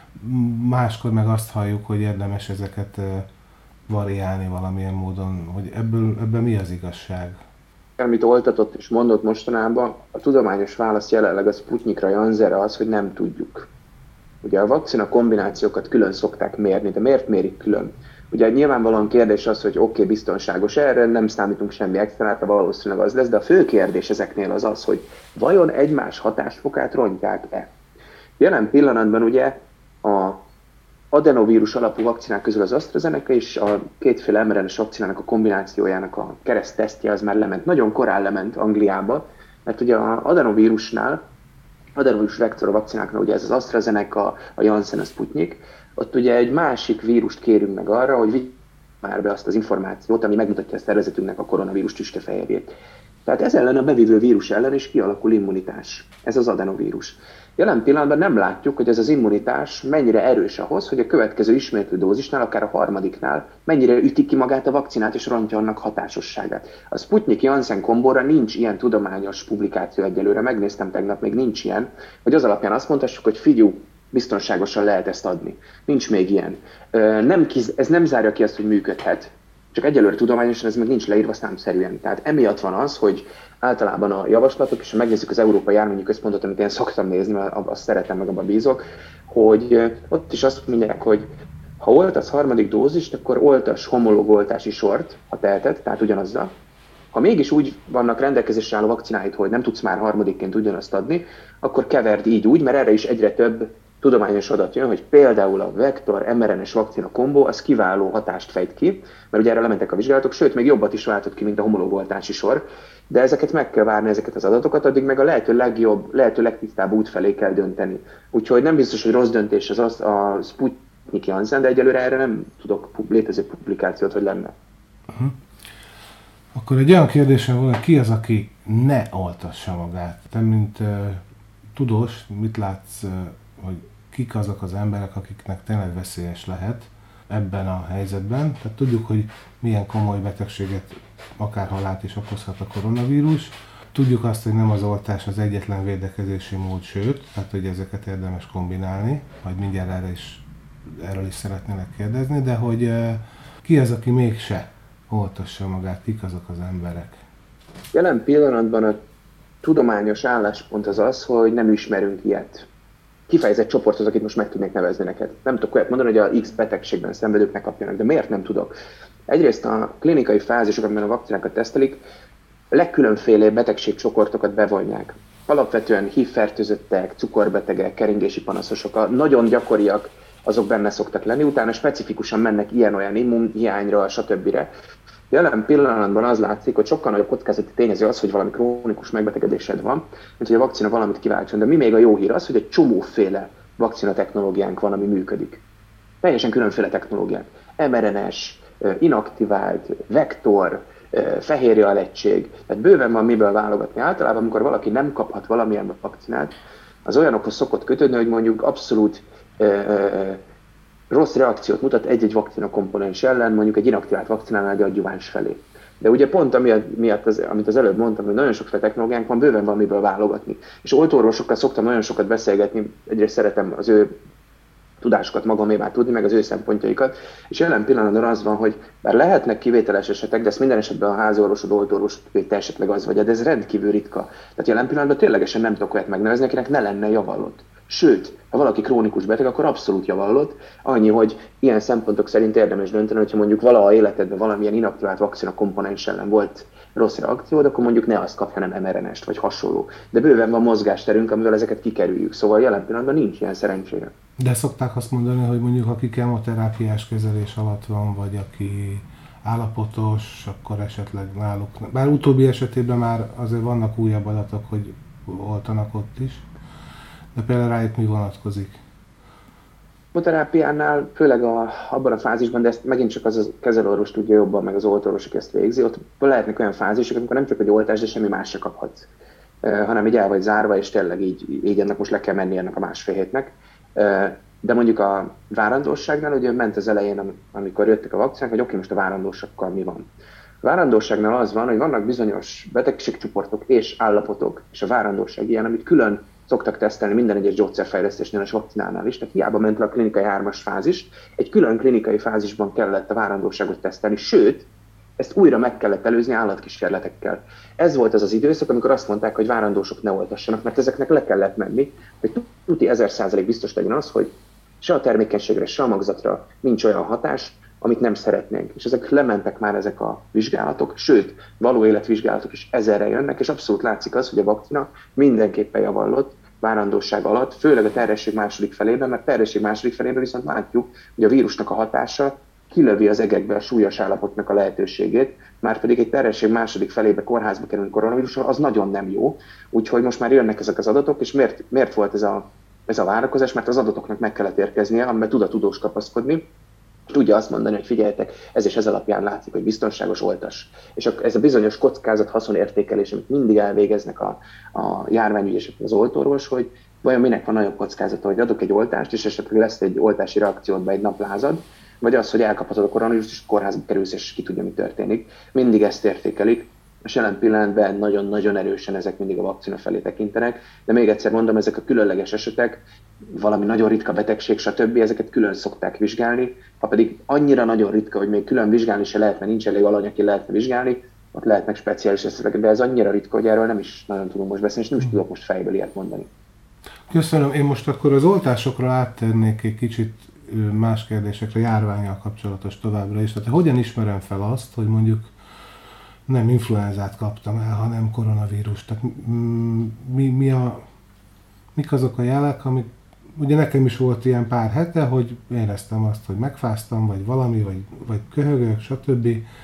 máskor meg azt halljuk, hogy érdemes ezeket variálni valamilyen módon, hogy ebből, ebből mi az igazság? Amit oltatott és mondott mostanában, a tudományos válasz jelenleg a Sputnikra, Janssenre az, hogy nem tudjuk. Ugye a vakcina kombinációkat külön szokták mérni, de miért mérik külön? Ugye nyilvánvalóan kérdés az, hogy oké, okay, biztonságos, erre nem számítunk semmi extrát, valószínűleg az lesz, de a fő kérdés ezeknél az az, hogy vajon egymás hatásfokát rontják-e? Jelen pillanatban ugye a adenovírus alapú vakcinák közül az AstraZeneca és a kétféle em er en es vakcinának a kombinációjának a kereszttesztje az már lement. Nagyon korán lement Angliába, mert ugye az adenovírusnál, adenovírus vektor vakcináknál ugye ez az AstraZeneca, a Janssen, a Sputnik, ott ugye egy másik vírust kérünk meg arra, hogy vigy már be azt az információt, ami megmutatja a szervezetünknek a koronavírus tüskefehérjét. Tehát ez ellen a bevívő vírus ellen is kialakul immunitás. Ez az adenovírus. Jelen pillanatban nem látjuk, hogy ez az immunitás mennyire erős ahhoz, hogy a következő ismétlő dózisnál, akár a harmadiknál, mennyire üti ki magát a vakcinát és rontja annak hatásosságát. A Sputnik-Janssen kombóra nincs ilyen tudományos publikáció egyelőre, megnéztem tegnap, még nincs ilyen, hogy az alapján azt mondhassuk, hogy figyú, biztonságosan lehet ezt adni. Nincs még ilyen. Nem kiz, ez nem zárja ki azt, hogy működhet. Csak egyelőre tudományosan ez meg nincs leírva számszerűen. Tehát emiatt van az, hogy általában a javaslatok, és ha megnézzük az Európai Járványi Központot, amit én szoktam nézni, mert azt szeretem, meg abban bízok, hogy ott is azt mondják, hogy ha oltasz harmadik dózist, akkor oltass homológ oltási sort, ha teheted, tehát ugyanazzal. Ha mégis úgy vannak rendelkezésre álló vakcináid, hogy nem tudsz már harmadikként ugyanazt adni, akkor keverd így úgy, mert erre is egyre több tudományos adat jön, hogy például a vektor em er en es vakcina kombó az kiváló hatást fejt ki, mert ugye erre lementek a vizsgálatok, sőt, még jobbat is váltott ki, mint a homológ oltási sor, de ezeket meg kell várni, ezeket az adatokat, addig meg a lehető legjobb, lehető legtisztább út felé kell dönteni. Úgyhogy nem biztos, hogy rossz döntés az, az a Sputnik Sputnik Janssen, de egyelőre erre nem tudok létező publikációt, hogy lenne. Uh-huh. Akkor egy olyan kérdésem volna, ki az, aki ne oltassa magát? Te, mint uh, tudós, mit látsz, uh, hogy kik azok az emberek, akiknek tényleg veszélyes lehet ebben a helyzetben? Tehát tudjuk, hogy milyen komoly betegséget, akár halált is okozhat a koronavírus. Tudjuk azt, hogy nem az oltás az egyetlen védekezési mód, sőt, tehát hogy ezeket érdemes kombinálni, majd mindjárt erre is, erről is szeretnélek kérdezni, de hogy uh, ki az, aki mégse oltassa magát, kik azok az emberek? Jelen pillanatban a tudományos álláspont az az, hogy nem ismerünk ilyet. Kifejezett csoport az, akit most meg tudnék nevezni neked. Nem tudok olyat mondani, hogy a X betegségben szenvedők ne kapjanak, de miért nem tudok? Egyrészt a klinikai fázisok, amiben a vakcinákat tesztelik, legkülönfélébb betegségcsoportokat bevonják. Alapvetően hív fertőzöttek, cukorbetegek, keringési panaszosok, a nagyon gyakoriak, azok benne szoktak lenni, utána specifikusan mennek ilyen-olyan immunhiányra, stb. Jelen pillanatban az látszik, hogy sokkal nagyobb kockázati tényező az, hogy valami krónikus megbetegedésed van, mint hogy a vakcina valamit kiváltson. De mi még a jó hír az, hogy egy csomóféle vakcina technológiánk van, ami működik. Teljesen különféle technológiák. em er en es, inaktivált, vektor, fehérje alettség. Tehát bőven van miből válogatni. Általában, amikor valaki nem kaphat valamilyen vakcinát, az olyanokhoz szokott kötődni, hogy mondjuk abszolút rossz reakciót mutat egy-egy vakcina komponens ellen, mondjuk egy inaktivált vakcinánál egy adjuváns felé. De ugye pont amiatt, miatt az, amit az előbb mondtam, hogy nagyon sokféle technológiánk van, bőven van miből válogatni. És oltóorvosokkal szoktam nagyon sokat beszélgetni, egyrészt szeretem az ő tudásukat magamévá tudni, meg az ő szempontjaikat, és jelen pillanatban az van, hogy bár lehetnek kivételes esetek, de ezt minden esetben a házorvosod, oltóorvosod, te esetleg az vagy, de ez rendkívül ritka. Tehát jelen pillanatban ténylegesen nem tudok olyat megnevezni, akinek ne lenne javallott. Sőt, ha valaki krónikus beteg, akkor abszolút javallott. Annyi, hogy ilyen szempontok szerint érdemes dönteni, hogyha mondjuk valaha életedben valamilyen inaktivált vakcina komponens ellen volt rossz reakciód, akkor mondjuk ne azt kapj, hanem em er en est vagy hasonló. De bőven van mozgásterünk, amivel ezeket kikerüljük. Szóval jelen pillanatban nincs ilyen szerencsére. De szokták azt mondani, hogy mondjuk aki kemoterápiás kezelés alatt van, vagy aki állapotos, akkor esetleg náluk, bár utóbbi esetében már azért vannak újabb adatok, hogy oltanak ott is, de például rájuk mi vonatkozik? Kemoterápiánál, főleg a, abban a fázisban, de ezt megint csak az a kezelőorvos tudja jobban, meg az oltóorvosok ezt végzi, ott lehetnek olyan fázisok, amikor nem csak egy oltás, de semmi más se kaphatsz, uh, hanem így el vagy zárva, és tényleg így, így ennek most le kell menni ennek a másfél hétnek. Uh, de mondjuk a várandóságnál, ugye ment az elején, amikor jöttek a vakcinák, hogy oké, most a várandósakkal mi van. A várandóságnál az van, hogy vannak bizonyos betegségcsoportok és állapotok, és a várandóság ilyen, amit külön szoktak tesztelni minden egyes gyógyszerfejlesztésnél és vakcinánál is, tehát hiába ment le a klinikai hármas fázis, egy külön klinikai fázisban kellett a várandóságot tesztelni, sőt, ezt újra meg kellett előzni állatkísérletekkel. Ez volt az az időszak, amikor azt mondták, hogy várandósok ne oltassanak, mert ezeknek le kellett menni, hogy tuti ezer százalék biztos legyen az, hogy se a termékenységre, se a magzatra nincs olyan hatás, amit nem szeretnénk. És ezek lementek már ezek a vizsgálatok, sőt, való életvizsgálatok is ezerre jönnek, és abszolút látszik az, hogy a vakcina mindenképpen javallott várandóság alatt, főleg a terhesség második felében, mert terhesség második felében viszont látjuk, hogy a vírusnak a hatása kilövi az egekbe a súlyos állapotnak a lehetőségét, már pedig egy terhesség második felébe kórházba kerülni koronavírussal, az nagyon nem jó. Úgyhogy most már jönnek ezek az adatok, és miért, miért volt ez a, ez a várakozás? Mert az adatoknak meg kellett érkeznie, amiben tud a tudós kapaszkodni, tudja azt mondani, hogy figyeljetek, ez és ez alapján látszik, hogy biztonságos, oltas. És ez a bizonyos kockázat-haszon értékelés, amit mindig elvégeznek a, a járványügyesek, az oltóorvos, hogy vajon minek van nagyobb kockázata, hogy adok egy oltást, és esetleg lesz egy oltási reakciódban egy nap lázad, vagy az, hogy elkaphatod a koronavírust, és kórházba kerülsz, és ki tudja, mi történik. Mindig ezt értékelik, és jelen pillanatban nagyon-nagyon erősen ezek mindig a vakcina felé tekintenek, de még egyszer mondom, ezek a különleges esetek, valami nagyon ritka betegség, stb. Ezeket külön szokták vizsgálni, ha pedig annyira nagyon ritka, hogy még külön vizsgálni se lehet, mert nincs elég alany, aki lehetne vizsgálni, ott lehetnek speciális esetek, de ez annyira ritka, hogy erről nem is nagyon tudunk most beszélni, és nem is tudok most fejből ilyet mondani. Köszönöm, én most akkor az oltásokra áttérnék egy kicsit más kérdésekre, járvánnyal kapcsolatos továbbra is. Tehát hogyan ismerem fel azt, hogy mondjuk nem influenzát kaptam el, hanem koronavírust? Tehát mi, mi a, mik azok a jelek, amik, ugye nekem is volt ilyen pár hete, hogy éreztem azt, hogy megfáztam, vagy valami, vagy, vagy köhögök, stb.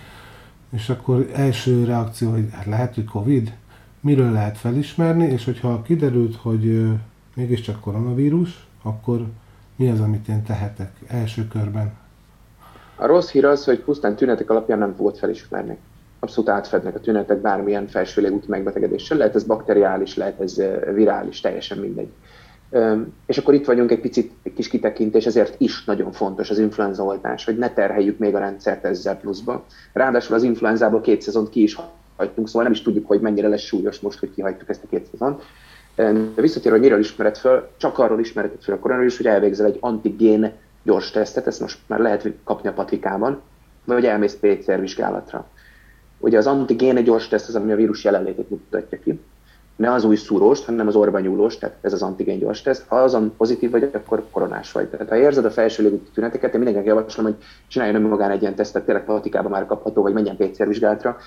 És akkor első reakció, hogy hát lehet, hogy Covid, miről lehet felismerni, és hogyha kiderült, hogy mégiscsak koronavírus, akkor Mi az, amit én tehetek első körben? A rossz hír az, hogy pusztán tünetek alapján nem fogod felismerni. Abszolút átfednek a tünetek bármilyen felső légúti megbetegedéssel. Lehet ez bakteriális, lehet ez virális, teljesen mindegy. És akkor itt vagyunk egy picit, egy kis kitekintés, ezért is nagyon fontos az influenzaoltás, hogy ne terheljük még a rendszert ezzel pluszba. Ráadásul az influenzából két szezont ki is hagytunk, szóval nem is tudjuk, hogy mennyire lesz súlyos most, hogy kihagytuk ezt a két szezont. De visszatérve, hogy miről ismered föl, csak arról ismered föl a koronavírus, hogy elvégzel egy antigén gyors tesztet, ezt most már lehet kapni a patikában, vagy hogy elmész pé cé er vizsgálatra. Ugye az antigén gyors teszt az, ami a vírus jelenlétét mutatja ki. Ne az új szúróst, hanem az orba nyúlóst, tehát ez az antigén gyors teszt. Ha azon pozitív vagy, akkor koronás vagy. Tehát ha érzed a felső légúti tüneteket, én mindenkinek javaslom, hogy csináljon önmagán egy ilyen tesztet, tényleg patikában már kapható, vagy menjen pé cé er vizsgálatra.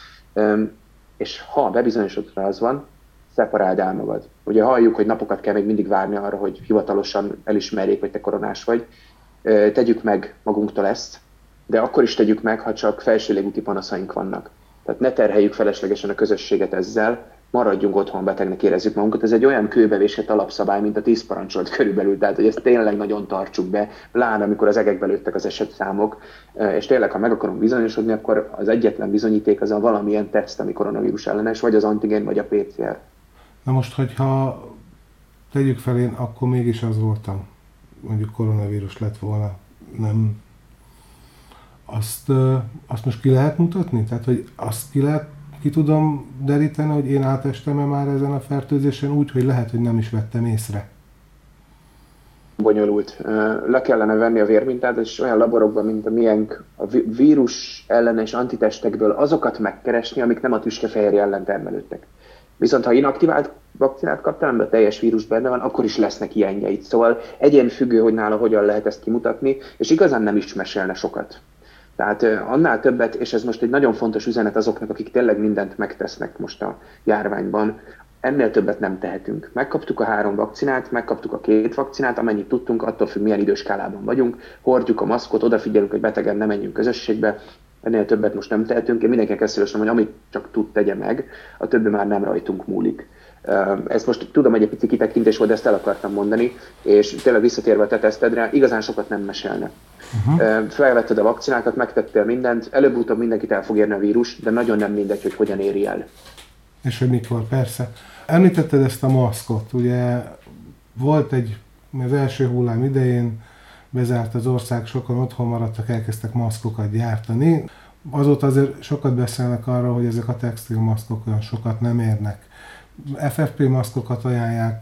És ha bebizonyosodra az van, szeparáld el magad. Ugye halljuk, hogy napokat kell még mindig várni arra, hogy hivatalosan elismerjék, hogy te koronás vagy. Tegyük meg magunktól ezt, de akkor is tegyük meg, ha csak felső légúti panaszaink vannak. Tehát ne terheljük feleslegesen a közösséget ezzel, maradjunk otthon, betegnek érezzük magunkat. Ez egy olyan kőbevésett alapszabály, mint a tíz parancsolat körülbelül, tehát hogy ezt tényleg nagyon tartsuk be, pláne amikor az egekbe lőttek az esetszámok, és tényleg, ha meg akarunk bizonyosodni, akkor az egyetlen bizonyíték az a valamilyen teszt, ami koronavírus ellenes, vagy az antigén, vagy a pé cé er. Na most, hogyha tegyük fel, én akkor mégis az voltam, mondjuk koronavírus lett volna, nem... Azt, azt most ki lehet mutatni? Tehát, hogy azt ki lehet, ki tudom deríteni, hogy én átestem-e már ezen a fertőzésen úgy, hogy lehet, hogy nem is vettem észre? Bonyolult. Le kellene venni a vérmintát, és olyan laborokban, mint a miénk, a vírus ellenes antitestekből azokat megkeresni, amik nem a tüskefehérje ellen termelődtek. Viszont ha inaktivált vakcinát kaptál, amiben a teljes vírus benne van, akkor is lesznek ilyenjeid. Szóval egyénfüggő, hogy nála hogyan lehet ezt kimutatni, és igazán nem is mesélne sokat. Tehát annál többet, és ez most egy nagyon fontos üzenet azoknak, akik tényleg mindent megtesznek most a járványban, ennél többet nem tehetünk. Megkaptuk a három vakcinát, megkaptuk a két vakcinát, amennyit tudtunk, attól függ, milyen időskálában vagyunk, hordjuk a maszkot, odafigyelünk, hogy betegen ne menjünk közösségbe, ennél többet most nem tehetünk. Én mindenkinek ezt javaslom, hogy amit csak tud, tegye meg, a többi már nem rajtunk múlik. Ezt most tudom, hogy egy pici kitekintés volt, de ezt el akartam mondani, és tényleg visszatérve a te tesztedre, igazán sokat nem mesélne. Uh-huh. Felvetted a vakcinákat, megtettél mindent, előbb-utóbb mindenkit el fog érni a vírus, de nagyon nem mindegy, hogy hogyan éri el. És hogy mikor, persze. Említetted ezt a maszkot, ugye volt egy, az első hullám idején bezárt az ország, sokan otthon maradtak, elkezdtek maszkokat gyártani. Azóta azért sokat beszélnek arról, hogy ezek a textil maszkok olyan sokat nem érnek. ef ef pé maszkokat ajánlják,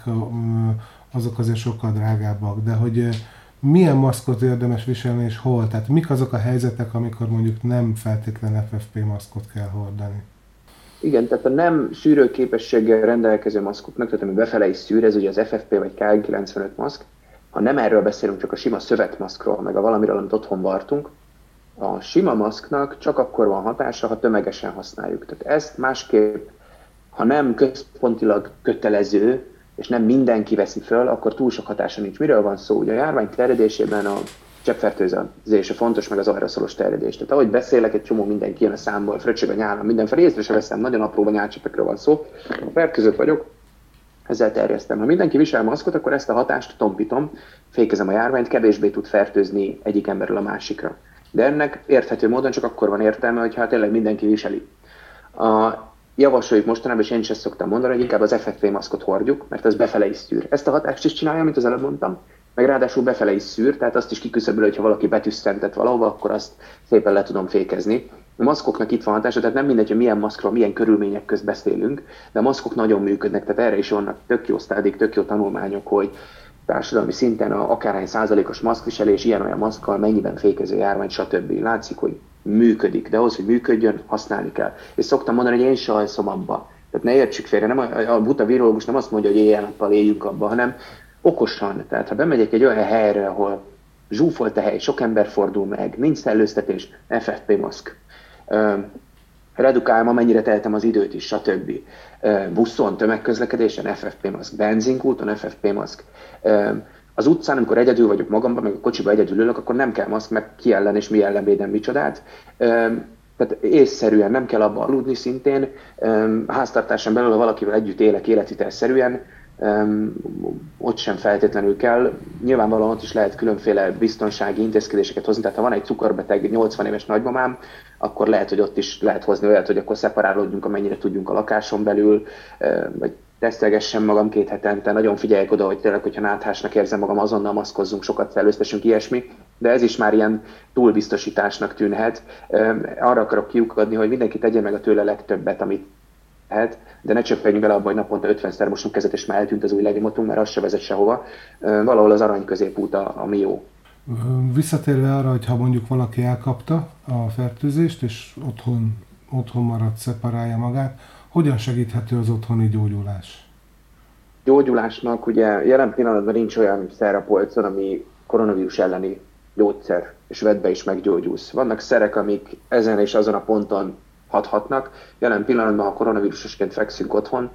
azok azért sokkal drágábbak, de hogy milyen maszkot érdemes viselni és hol? Tehát mik azok a helyzetek, amikor mondjuk nem feltétlen ef ef pé maszkot kell hordani? Igen, tehát a nem szűrőképességgel rendelkező maszkoknak, tehát ami befele is szűr, ez ugye az ef ef pé vagy ká en kilencvenöt maszk, ha nem erről beszélünk, csak a sima szövetmaszkról, meg a valamiről, amit otthon vartunk, a sima maszknak csak akkor van hatása, ha tömegesen használjuk. Tehát ezt másképp, ha nem központilag kötelező, és nem mindenki veszi föl, akkor túl sok hatása nincs. Miről van szó? Ugye a járvány terjedésében a cseppfertőzése fontos, meg az aeroszolos terjedés. Tehát ahogy beszélek, egy csomó mindenki jön a számból, fröccsög a nyálam, mindenfelé észre se veszem, nagyon apró nyálcsepekről van szó. Ha fertőzött vagyok, ezzel terjesztem. Ha mindenki visel maszkot, akkor ezt a hatást tompítom, fékezem a járványt, kevésbé tud fertőzni egyik emberről a másikra. De ennek érthető módon csak akkor van értelme, hogyha tényleg mindenki viseli. A Javasoljuk mostanában, és én is ezt szoktam mondani, hogy inkább az ef ef pé maszkot hordjuk, mert az befele is szűr. Ezt a hatást is csinálja, mint az előbb mondtam, meg ráadásul befele is szűr, tehát azt is kiküszöböl, hogyha valaki betüsszentett valahova, akkor azt szépen le tudom fékezni. A maszkoknak itt van hatása, tehát nem mindegy, hogy milyen maszkról, milyen körülmények közt beszélünk, de a maszkok nagyon működnek, tehát erre is vannak tök jó sztádik, tök jó tanulmányok, hogy társadalmi szinten a akárhány százalékos maszkviselés, ilyen-olyan maszkkal mennyiben fékező járvány, stb. Látszik, hogy működik, de ahhoz, hogy működjön, használni kell. És szoktam mondani, hogy én se alszom abba. Tehát ne értsük félre, nem a, a buta virológus nem azt mondja, hogy éjjel-nappal éljünk abba, hanem okosan. Tehát ha bemegyek egy olyan helyre, ahol zsúfolt a hely, sok ember fordul meg, nincs szellőztetés, ef ef pé maszk. Redukálom, amennyire tehetem az időt is, stb. Buszon, tömegközlekedésen, ef ef pé maszk, benzinkúton, ef ef pé maszk. Az utcán, amikor egyedül vagyok magamban, meg a kocsiba egyedül ülök, akkor nem kell maszk, meg ki ellen és mi ellen védem micsodát. Tehát észszerűen, nem kell abba aludni szintén. Háztartáson belül, ha valakivel együtt élek életvitelszerűen, ott sem feltétlenül kell. Nyilvánvalóan ott is lehet különféle biztonsági intézkedéseket hozni, tehát ha van egy cukorbeteg nyolcvan éves nagymamám, akkor lehet, hogy ott is lehet hozni olyat, hogy akkor szeparálódjunk, amennyire tudjunk a lakáson belül, vagy tesztelgessem magam két hetente, nagyon figyeljek oda, hogy tényleg, hogyha náthásnak érzem magam, azonnal maszkozzunk, sokat szellőztessünk, ilyesmi, de ez is már ilyen túlbiztosításnak tűnhet. Arra akarok kiukadni, hogy mindenki tegye meg a tőle legtöbbet, amit lehet, de ne csöppenjünk bele abba, hogy naponta ötvenszer mosunk kezet, és már eltűnt az új legimotunk, mert az se vezet sehova. Valahol az arany középút a, ami jó. Visszatérve arra, hogy ha mondjuk valaki elkapta a fertőzést, és otthon, otthon maradt, szeparálja magát, hogyan segíthető az otthoni gyógyulás? Gyógyulásnak ugye jelen pillanatban nincs olyan szer a polcon, ami koronavírus elleni gyógyszer, és vedd be is meggyógyulsz. Vannak szerek, amik ezen és azon a ponton hathatnak. Jelen pillanatban, ha koronavírusosként fekszünk otthon,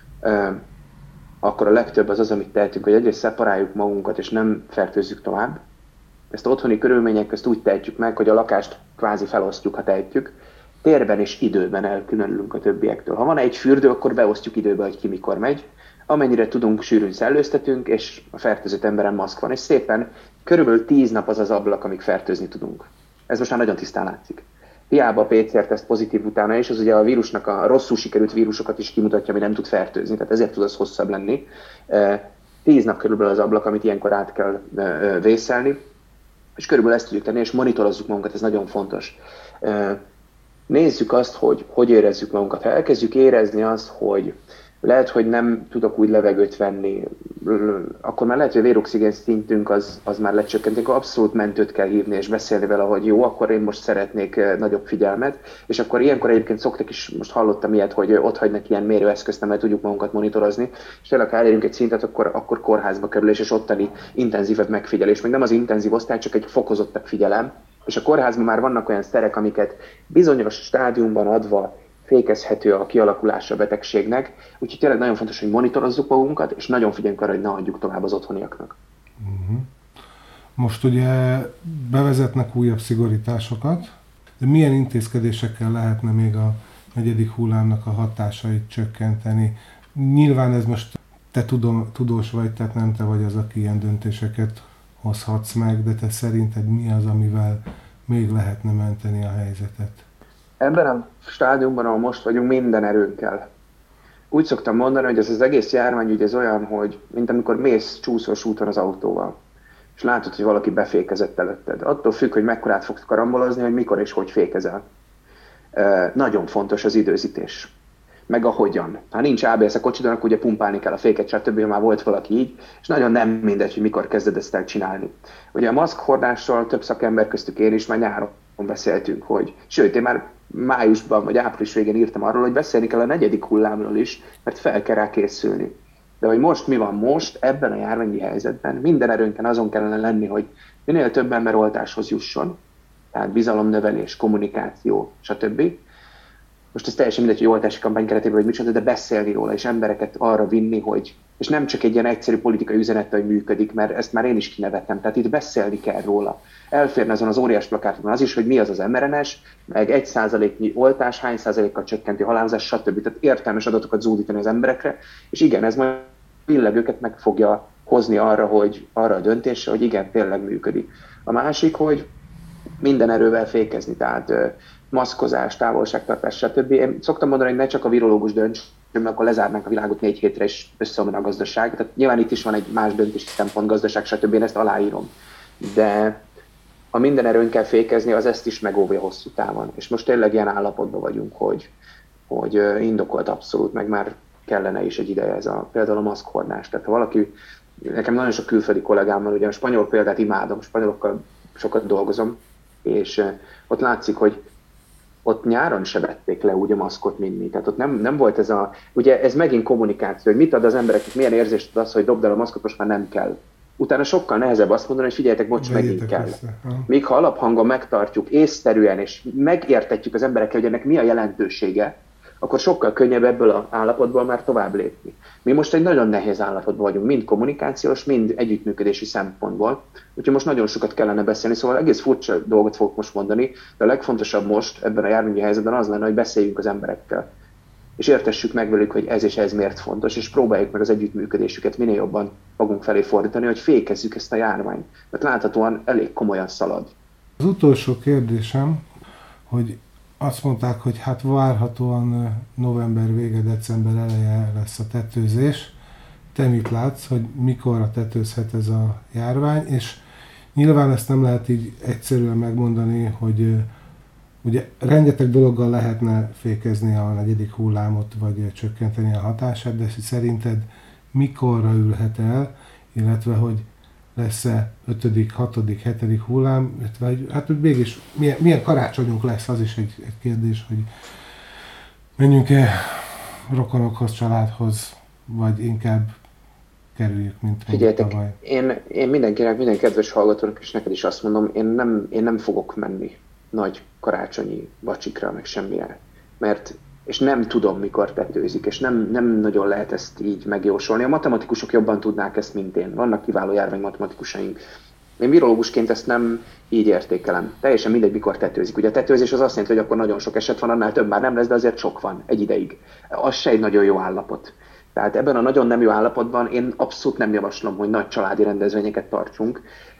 akkor a legtöbb az az, amit tehetünk, hogy egyrészt szeparáljuk magunkat, és nem fertőzzük tovább. Ezt otthoni körülmények közt úgy tehetjük meg, hogy a lakást kvázi felosztjuk, ha tehetjük. Térben és időben elkülönülünk a többiektől. Ha van egy fürdő, akkor beosztjuk időbe, hogy ki mikor megy. Amennyire tudunk, sűrűn szellőztetünk, és a fertőzött emberen maszk van. És szépen körülbelül tíz nap az az ablak, amíg fertőzni tudunk. Ez most már nagyon tisztán látszik. Hiába a pé cé er-teszt pozitív utána, és az ugye a vírusnak a rosszul sikerült vírusokat is kimutatja, ami nem tud fertőzni, tehát ezért tud az hosszabb lenni. Tíz nap körülbelül az ablak, amit ilyenkor át kell vészelni, és körülbelül ezt tudjuk tenni, és monitorozzuk magunkat, ez nagyon fontos. Nézzük azt, hogy hogy érezzük magunkat. Ha elkezdjük érezni azt, hogy lehet, hogy nem tudok úgy levegőt venni, akkor már lehet, hogy a véroxigén szintünk az, az már lecsökkent, akkor abszolút mentőt kell hívni és beszélni vele, hogy jó, akkor én most szeretnék nagyobb figyelmet, és akkor ilyenkor egyébként szoktak is, most hallottam ilyet, hogy ott hagynak ilyen mérőeszközt, nem, mert tudjuk magunkat monitorozni, és tényleg, ha elérünk egy szintet, akkor, akkor kórházba kerülés, és ottani intenzívebb megfigyelés, még nem az intenzív osztály, csak egy fokozottabb figyelem, és a kórházban már vannak olyan szerek, amiket bizonyos stádiumban adva fékezhető a kialakulása a betegségnek, úgyhogy tényleg nagyon fontos, hogy monitorozzuk magunkat, és nagyon figyeljünk arra, hogy ne adjuk tovább az otthoniaknak. Uh-huh. Most ugye bevezetnek újabb szigorításokat, de milyen intézkedésekkel lehetne még a negyedik hullámnak a hatásait csökkenteni? Nyilván ez most te tudom, tudós vagy, tehát nem te vagy az, aki ilyen döntéseket hozhatsz meg, de te szerinted mi az, amivel még lehetne menteni a helyzetet? Ebben a stádiumban, ahol most vagyunk, minden erőnkkel. Úgy szoktam mondani, hogy ez az egész járványügy ez olyan, hogy mint amikor mész csúszós úton az autóval, és látod, hogy valaki befékezett előtted. Attól függ, hogy mekkorát fogsz karambolozni, hogy mikor és hogy fékezel. E, nagyon fontos az időzítés. Meg a hogyan. Ha nincs á bé es a kocsidon, akkor ugye pumpálni kell a féket, stb. Már volt valaki így, és nagyon nem mindegy, hogy mikor kezded ezt el csinálni. Ugye a maszkhordásról több szakember köztük én is már nyáron beszéltünk, hogy sőt, én már májusban vagy április végén írtam arról, hogy beszélni kell a negyedik hullámról is, mert fel kell rá készülni. De hogy most mi van most, ebben a járványi helyzetben, minden erőnken azon kellene lenni, hogy minél több ember oltáshoz jusson, tehát bizalomnövelés, kommunikáció, stb. Most ez teljesen mindegy, hogy oltási kampány keretében, hogy micsoda, de beszélni róla, és embereket arra vinni, hogy, és nem csak egy ilyen egyszerű politikai üzenettel, hogy működik, mert ezt már én is kinevettem, tehát itt beszélni kell róla. Elférne azon az óriás plakáton az is, hogy mi az az em er en es, meg egy százaléknyi oltás, hány százalékkal csökkenti a halálozás, stb. Tehát értelmes adatokat zúdítani az emberekre, és igen, ez majd tényleg őket meg fogja hozni arra, hogy arra a döntésre, hogy igen, tényleg működik. A másik, hogy minden erővel fékezni, tehát maszkozás, távolságtartás, stb. Én szoktam mondani, hogy ne csak a virológus dönts, mert akkor lezárnánk a világot négy hétre, és összeomlana a gazdaság. Tehát nyilván itt is van egy más döntési szempont, gazdaság, stb. Én ezt aláírom. De ha minden erőn kell fékezni, az ezt is megóvja hosszú távon. És most tényleg ilyen állapotban vagyunk, hogy, hogy indokolt abszolút, meg már kellene is egy ideje ez a, például a maszkhordás. Tehát ha valaki, nekem nagyon sok külföldi kollégám van, ugye a spanyol példát imádom, spanyolokkal sokat dolgozom, és ott látszik, hogy ott nyáron se vették le úgy a maszkot, mint mi. Tehát ott nem, nem volt ez a... Ugye ez megint kommunikáció, hogy mit ad az embereknek, milyen érzést ad az, hogy dobd el a maszkot, most már nem kell. Utána sokkal nehezebb azt mondani, hogy figyeljetek, bocs, megint kell. Míg ha alaphangon megtartjuk észszerűen, és megértetjük az emberekkel, hogy ennek mi a jelentősége, akkor sokkal könnyebb ebből az állapotból már tovább lépni. Mi most egy nagyon nehéz állapotban vagyunk, mind kommunikációs, mind együttműködési szempontból. Úgyhogy most nagyon sokat kellene beszélni, szóval egész furcsa dolgot fogok most mondani, de a legfontosabb most ebben a járványi helyzetben az lenne, hogy beszéljünk az emberekkel. és értessük meg velük, hogy ez és ez miért fontos, és próbáljuk meg az együttműködésüket minél jobban magunk felé fordítani, hogy fékezzük ezt a járványt, mert láthatóan elég komolyan szalad. Az utolsó kérdésem, hogy azt mondták, hogy hát várhatóan november vége, december eleje lesz a tetőzés. Te mit látsz, hogy mikorra tetőzhet ez a járvány, és nyilván ezt nem lehet így egyszerűen megmondani, hogy ugye rengeteg dologgal lehetne fékezni a negyedik hullámot, vagy csökkenteni a hatását, de szerinted mikorra ülhet el, illetve hogy lesz-e ötödik, hatodik, hetedik hullám, illetve hát mégis milyen, milyen karácsonyunk lesz, az is egy, egy kérdés, hogy menjünk-e rokonokhoz, családhoz, vagy inkább kerüljük, mint Figyeljetek, tavaly. Én, én mindenkinek, minden kedves hallgatónak, és neked is azt mondom, én nem, én nem fogok menni nagy karácsonyi vacsikra, meg semmire. Mert, és nem tudom, mikor tetőzik, és nem, nem nagyon lehet ezt így megjósolni. A matematikusok jobban tudnák ezt, mint én. Vannak kiváló járványmatematikusaink. Én virológusként ezt nem így értékelem. Teljesen mindegy, mikor tetőzik. Ugye a tetőzés az azt jelenti, hogy akkor nagyon sok eset van, annál több már nem lesz, de azért sok van egy ideig. Az se egy nagyon jó állapot. Tehát ebben a nagyon nem jó állapotban én abszolút nem javaslom, hogy nagy családi rendezvényeket tartsunk.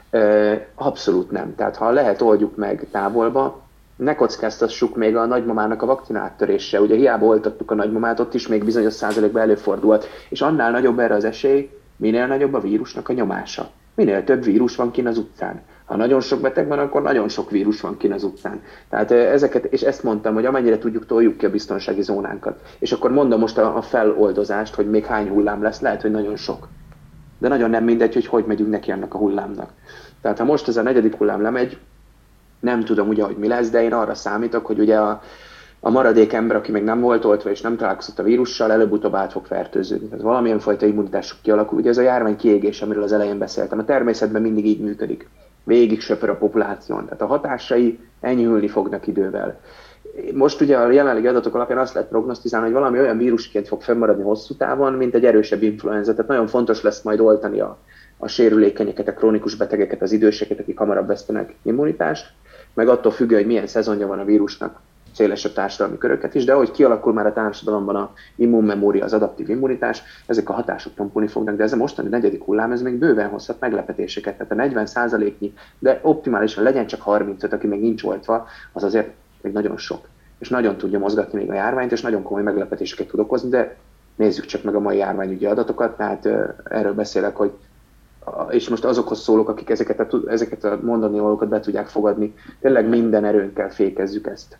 Abszolút nem. Tehát ha lehet, oldjuk meg távolba, ne kockáztassuk még a nagymamának a vakcina áttörése. Ugye hiába oltattuk a nagymamát, ott is még bizonyos százalékban előfordulhat. És annál nagyobb erre az esély, minél nagyobb a vírusnak a nyomása. Minél több vírus van kint az utcán. Ha nagyon sok beteg van, akkor nagyon sok vírus van kint az utcán. Tehát ezeket, és ezt mondtam, hogy amennyire tudjuk, toljuk ki a biztonsági zónánkat. És akkor mondom most a, a feloldozást, hogy még hány hullám lesz, lehet, hogy nagyon sok. De nagyon nem mindegy, hogy hogy megyünk neki annak a hullámnak. Tehát ha most ez a negyedik hullám lemegy, nem tudom ugye, hogy mi lesz, de én arra számítok, hogy ugye a, a maradék ember, aki még nem volt oltva és nem találkozott a vírussal, előbb-utóbb át fog fertőződni. Tehát valamilyen fajta immunitásuk kialakul. Ugye ez a járvány kiégés, amiről az elején beszéltem. A természetben mindig így működik. Végig söpör a populáción. Tehát a hatásai enyhülni fognak idővel. Most ugye a jelenlegi adatok alapján azt lehet prognosztizálni, hogy valami olyan vírusként fog fennmaradni hosszú távon, mint egy erősebb influenza. Tehát nagyon fontos lesz majd oltani a, a sérülékenyeket, a krónikus betegeket, az időseket, akik hamarabb vesztenek immunitást, meg attól függően, hogy milyen szezonja van a vírusnak, szélesebb társadalmi köröket is, de ahogy kialakul már a társadalomban a immunmemória, az adaptív immunitás, ezek a hatások tompulni fognak, de ez a mostani negyedik hullám, ez még bőven hozhat meglepetéseket. Tehát a negyven százaléknyi, de optimálisan legyen csak harmincöt, aki még nincs oltva, az azért még nagyon sok. És nagyon tudja mozgatni még a járványt, és nagyon komoly meglepetéseket tud okozni, de nézzük csak meg a mai járványügyi adatokat, tehát erről beszélek, hogy és most azokhoz szólok, akik ezeket a, ezeket a mondani valókat be tudják fogadni. Tényleg minden erőnkkel fékezzük ezt.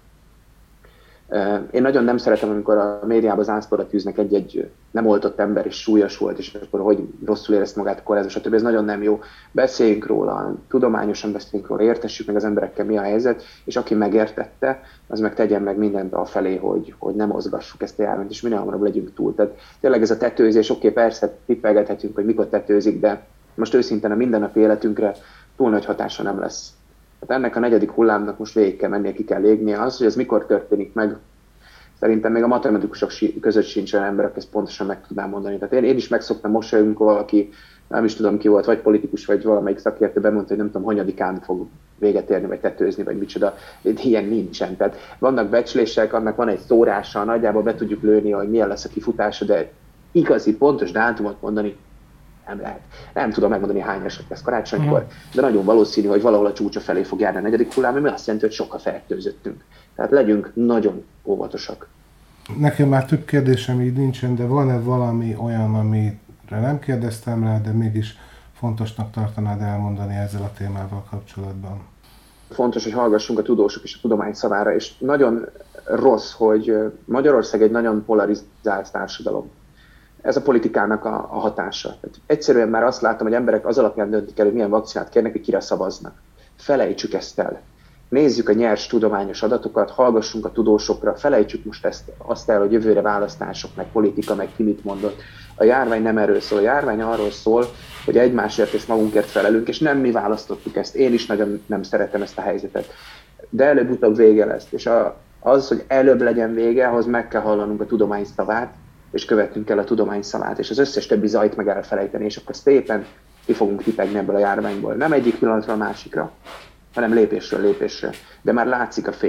Én nagyon nem szeretem, amikor a médiában zászlóra tűznek egy-egy nem oltott ember, és súlyos volt, és akkor hogy rosszul érezte magát a kórházban, stb. Ez nagyon nem jó. Beszéljünk róla, tudományosan beszéljünk róla, értessük meg az emberekkel, mi a helyzet, és aki megértette, az meg tegyen meg mindent afelé, hogy, hogy nem mozgassuk ezt a járványt, és minél hamarabb legyünk túl. Tehát tényleg ez a tetőzés, oké, persze tippelgethetünk, hogy mikor tetőzik, de most őszintén a mindennapi életünkre túl nagy hatása nem lesz. Hát ennek a negyedik hullámnak most végig kell mennie, ki kell légnie. Az, hogy ez mikor történik meg, szerintem még a matematikusok között sincs olyan ember, aki ezt pontosan meg tudná mondani. Tehát én, én is megszoktam mosolyogni, amikor valaki, nem is tudom ki volt, vagy politikus, vagy valamelyik szakértő bemondta, hogy nem tudom, hanyadikán fog véget érni, vagy tetőzni, vagy micsoda. Ilyen nincsen. Tehát vannak becslések, annak van egy szórása, nagyjából be tudjuk lőni, hogy milyen lesz a kifutása, de igazi, pontos dátumot mondani nem lehet. Nem tudom megmondani, hány eset lesz karácsonykor, de nagyon valószínű, hogy valahol a csúcsa felé fog járni a negyedik hullám, ami azt jelenti, hogy sokkal fertőzöttünk. Tehát legyünk nagyon óvatosak. Nekem már több kérdésem így nincsen, de van-e valami olyan, amire nem kérdeztem rá, de mégis fontosnak tartanád elmondani ezzel a témával kapcsolatban? Fontos, hogy hallgassunk a tudósok és a tudomány szavára, és nagyon rossz, hogy Magyarország egy nagyon polarizált társadalom. Ez a politikának a, a hatása. Tehát egyszerűen már azt látom, hogy emberek az alapján döntik el, hogy milyen vakcinát kérnek, hogy kire szavaznak. Felejtsük ezt el. Nézzük a nyers tudományos adatokat, hallgassunk a tudósokra, felejtsük most ezt, azt el, hogy jövőre választások, meg politika, meg ki mit mondott. A járvány nem erről szól. A járvány arról szól, hogy egymásért és magunkért felelünk, és nem mi választottuk ezt. Én is nagyon nem szeretem ezt a helyzetet. De előbb-utóbb vége lesz. És a, az, hogy előbb legyen vége, ahhoz meg kell hallanunk a tudomány szavát, és követnünk kell a tudomány szavát, és az összes többi zajt meg elfelejteni, és akkor szépen ki fogunk tipegni ebből a járványból. Nem egyik pillanatra a másikra, hanem lépésről lépésre. De már látszik a fény.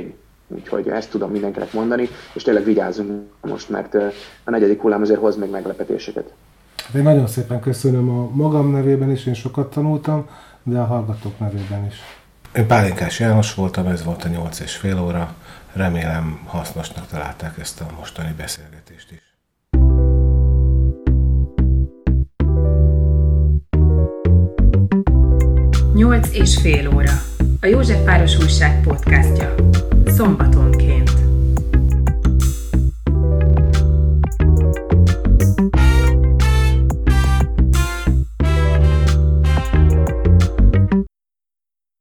Úgyhogy ezt tudom mindenkinek mondani, és tényleg vigyázzunk most, mert a negyedik hullám azért hoz még meglepetéseket. Én nagyon szépen köszönöm a magam nevében is, én sokat tanultam, de a hallgatók nevében is. Én Pálinkás János voltam, ez volt a nyolc és fél óra. Remélem hasznosnak találták ezt a mostani beszélgetést is. Nyolc és fél óra. A Józsefváros Újság podcastja. Szombatonként.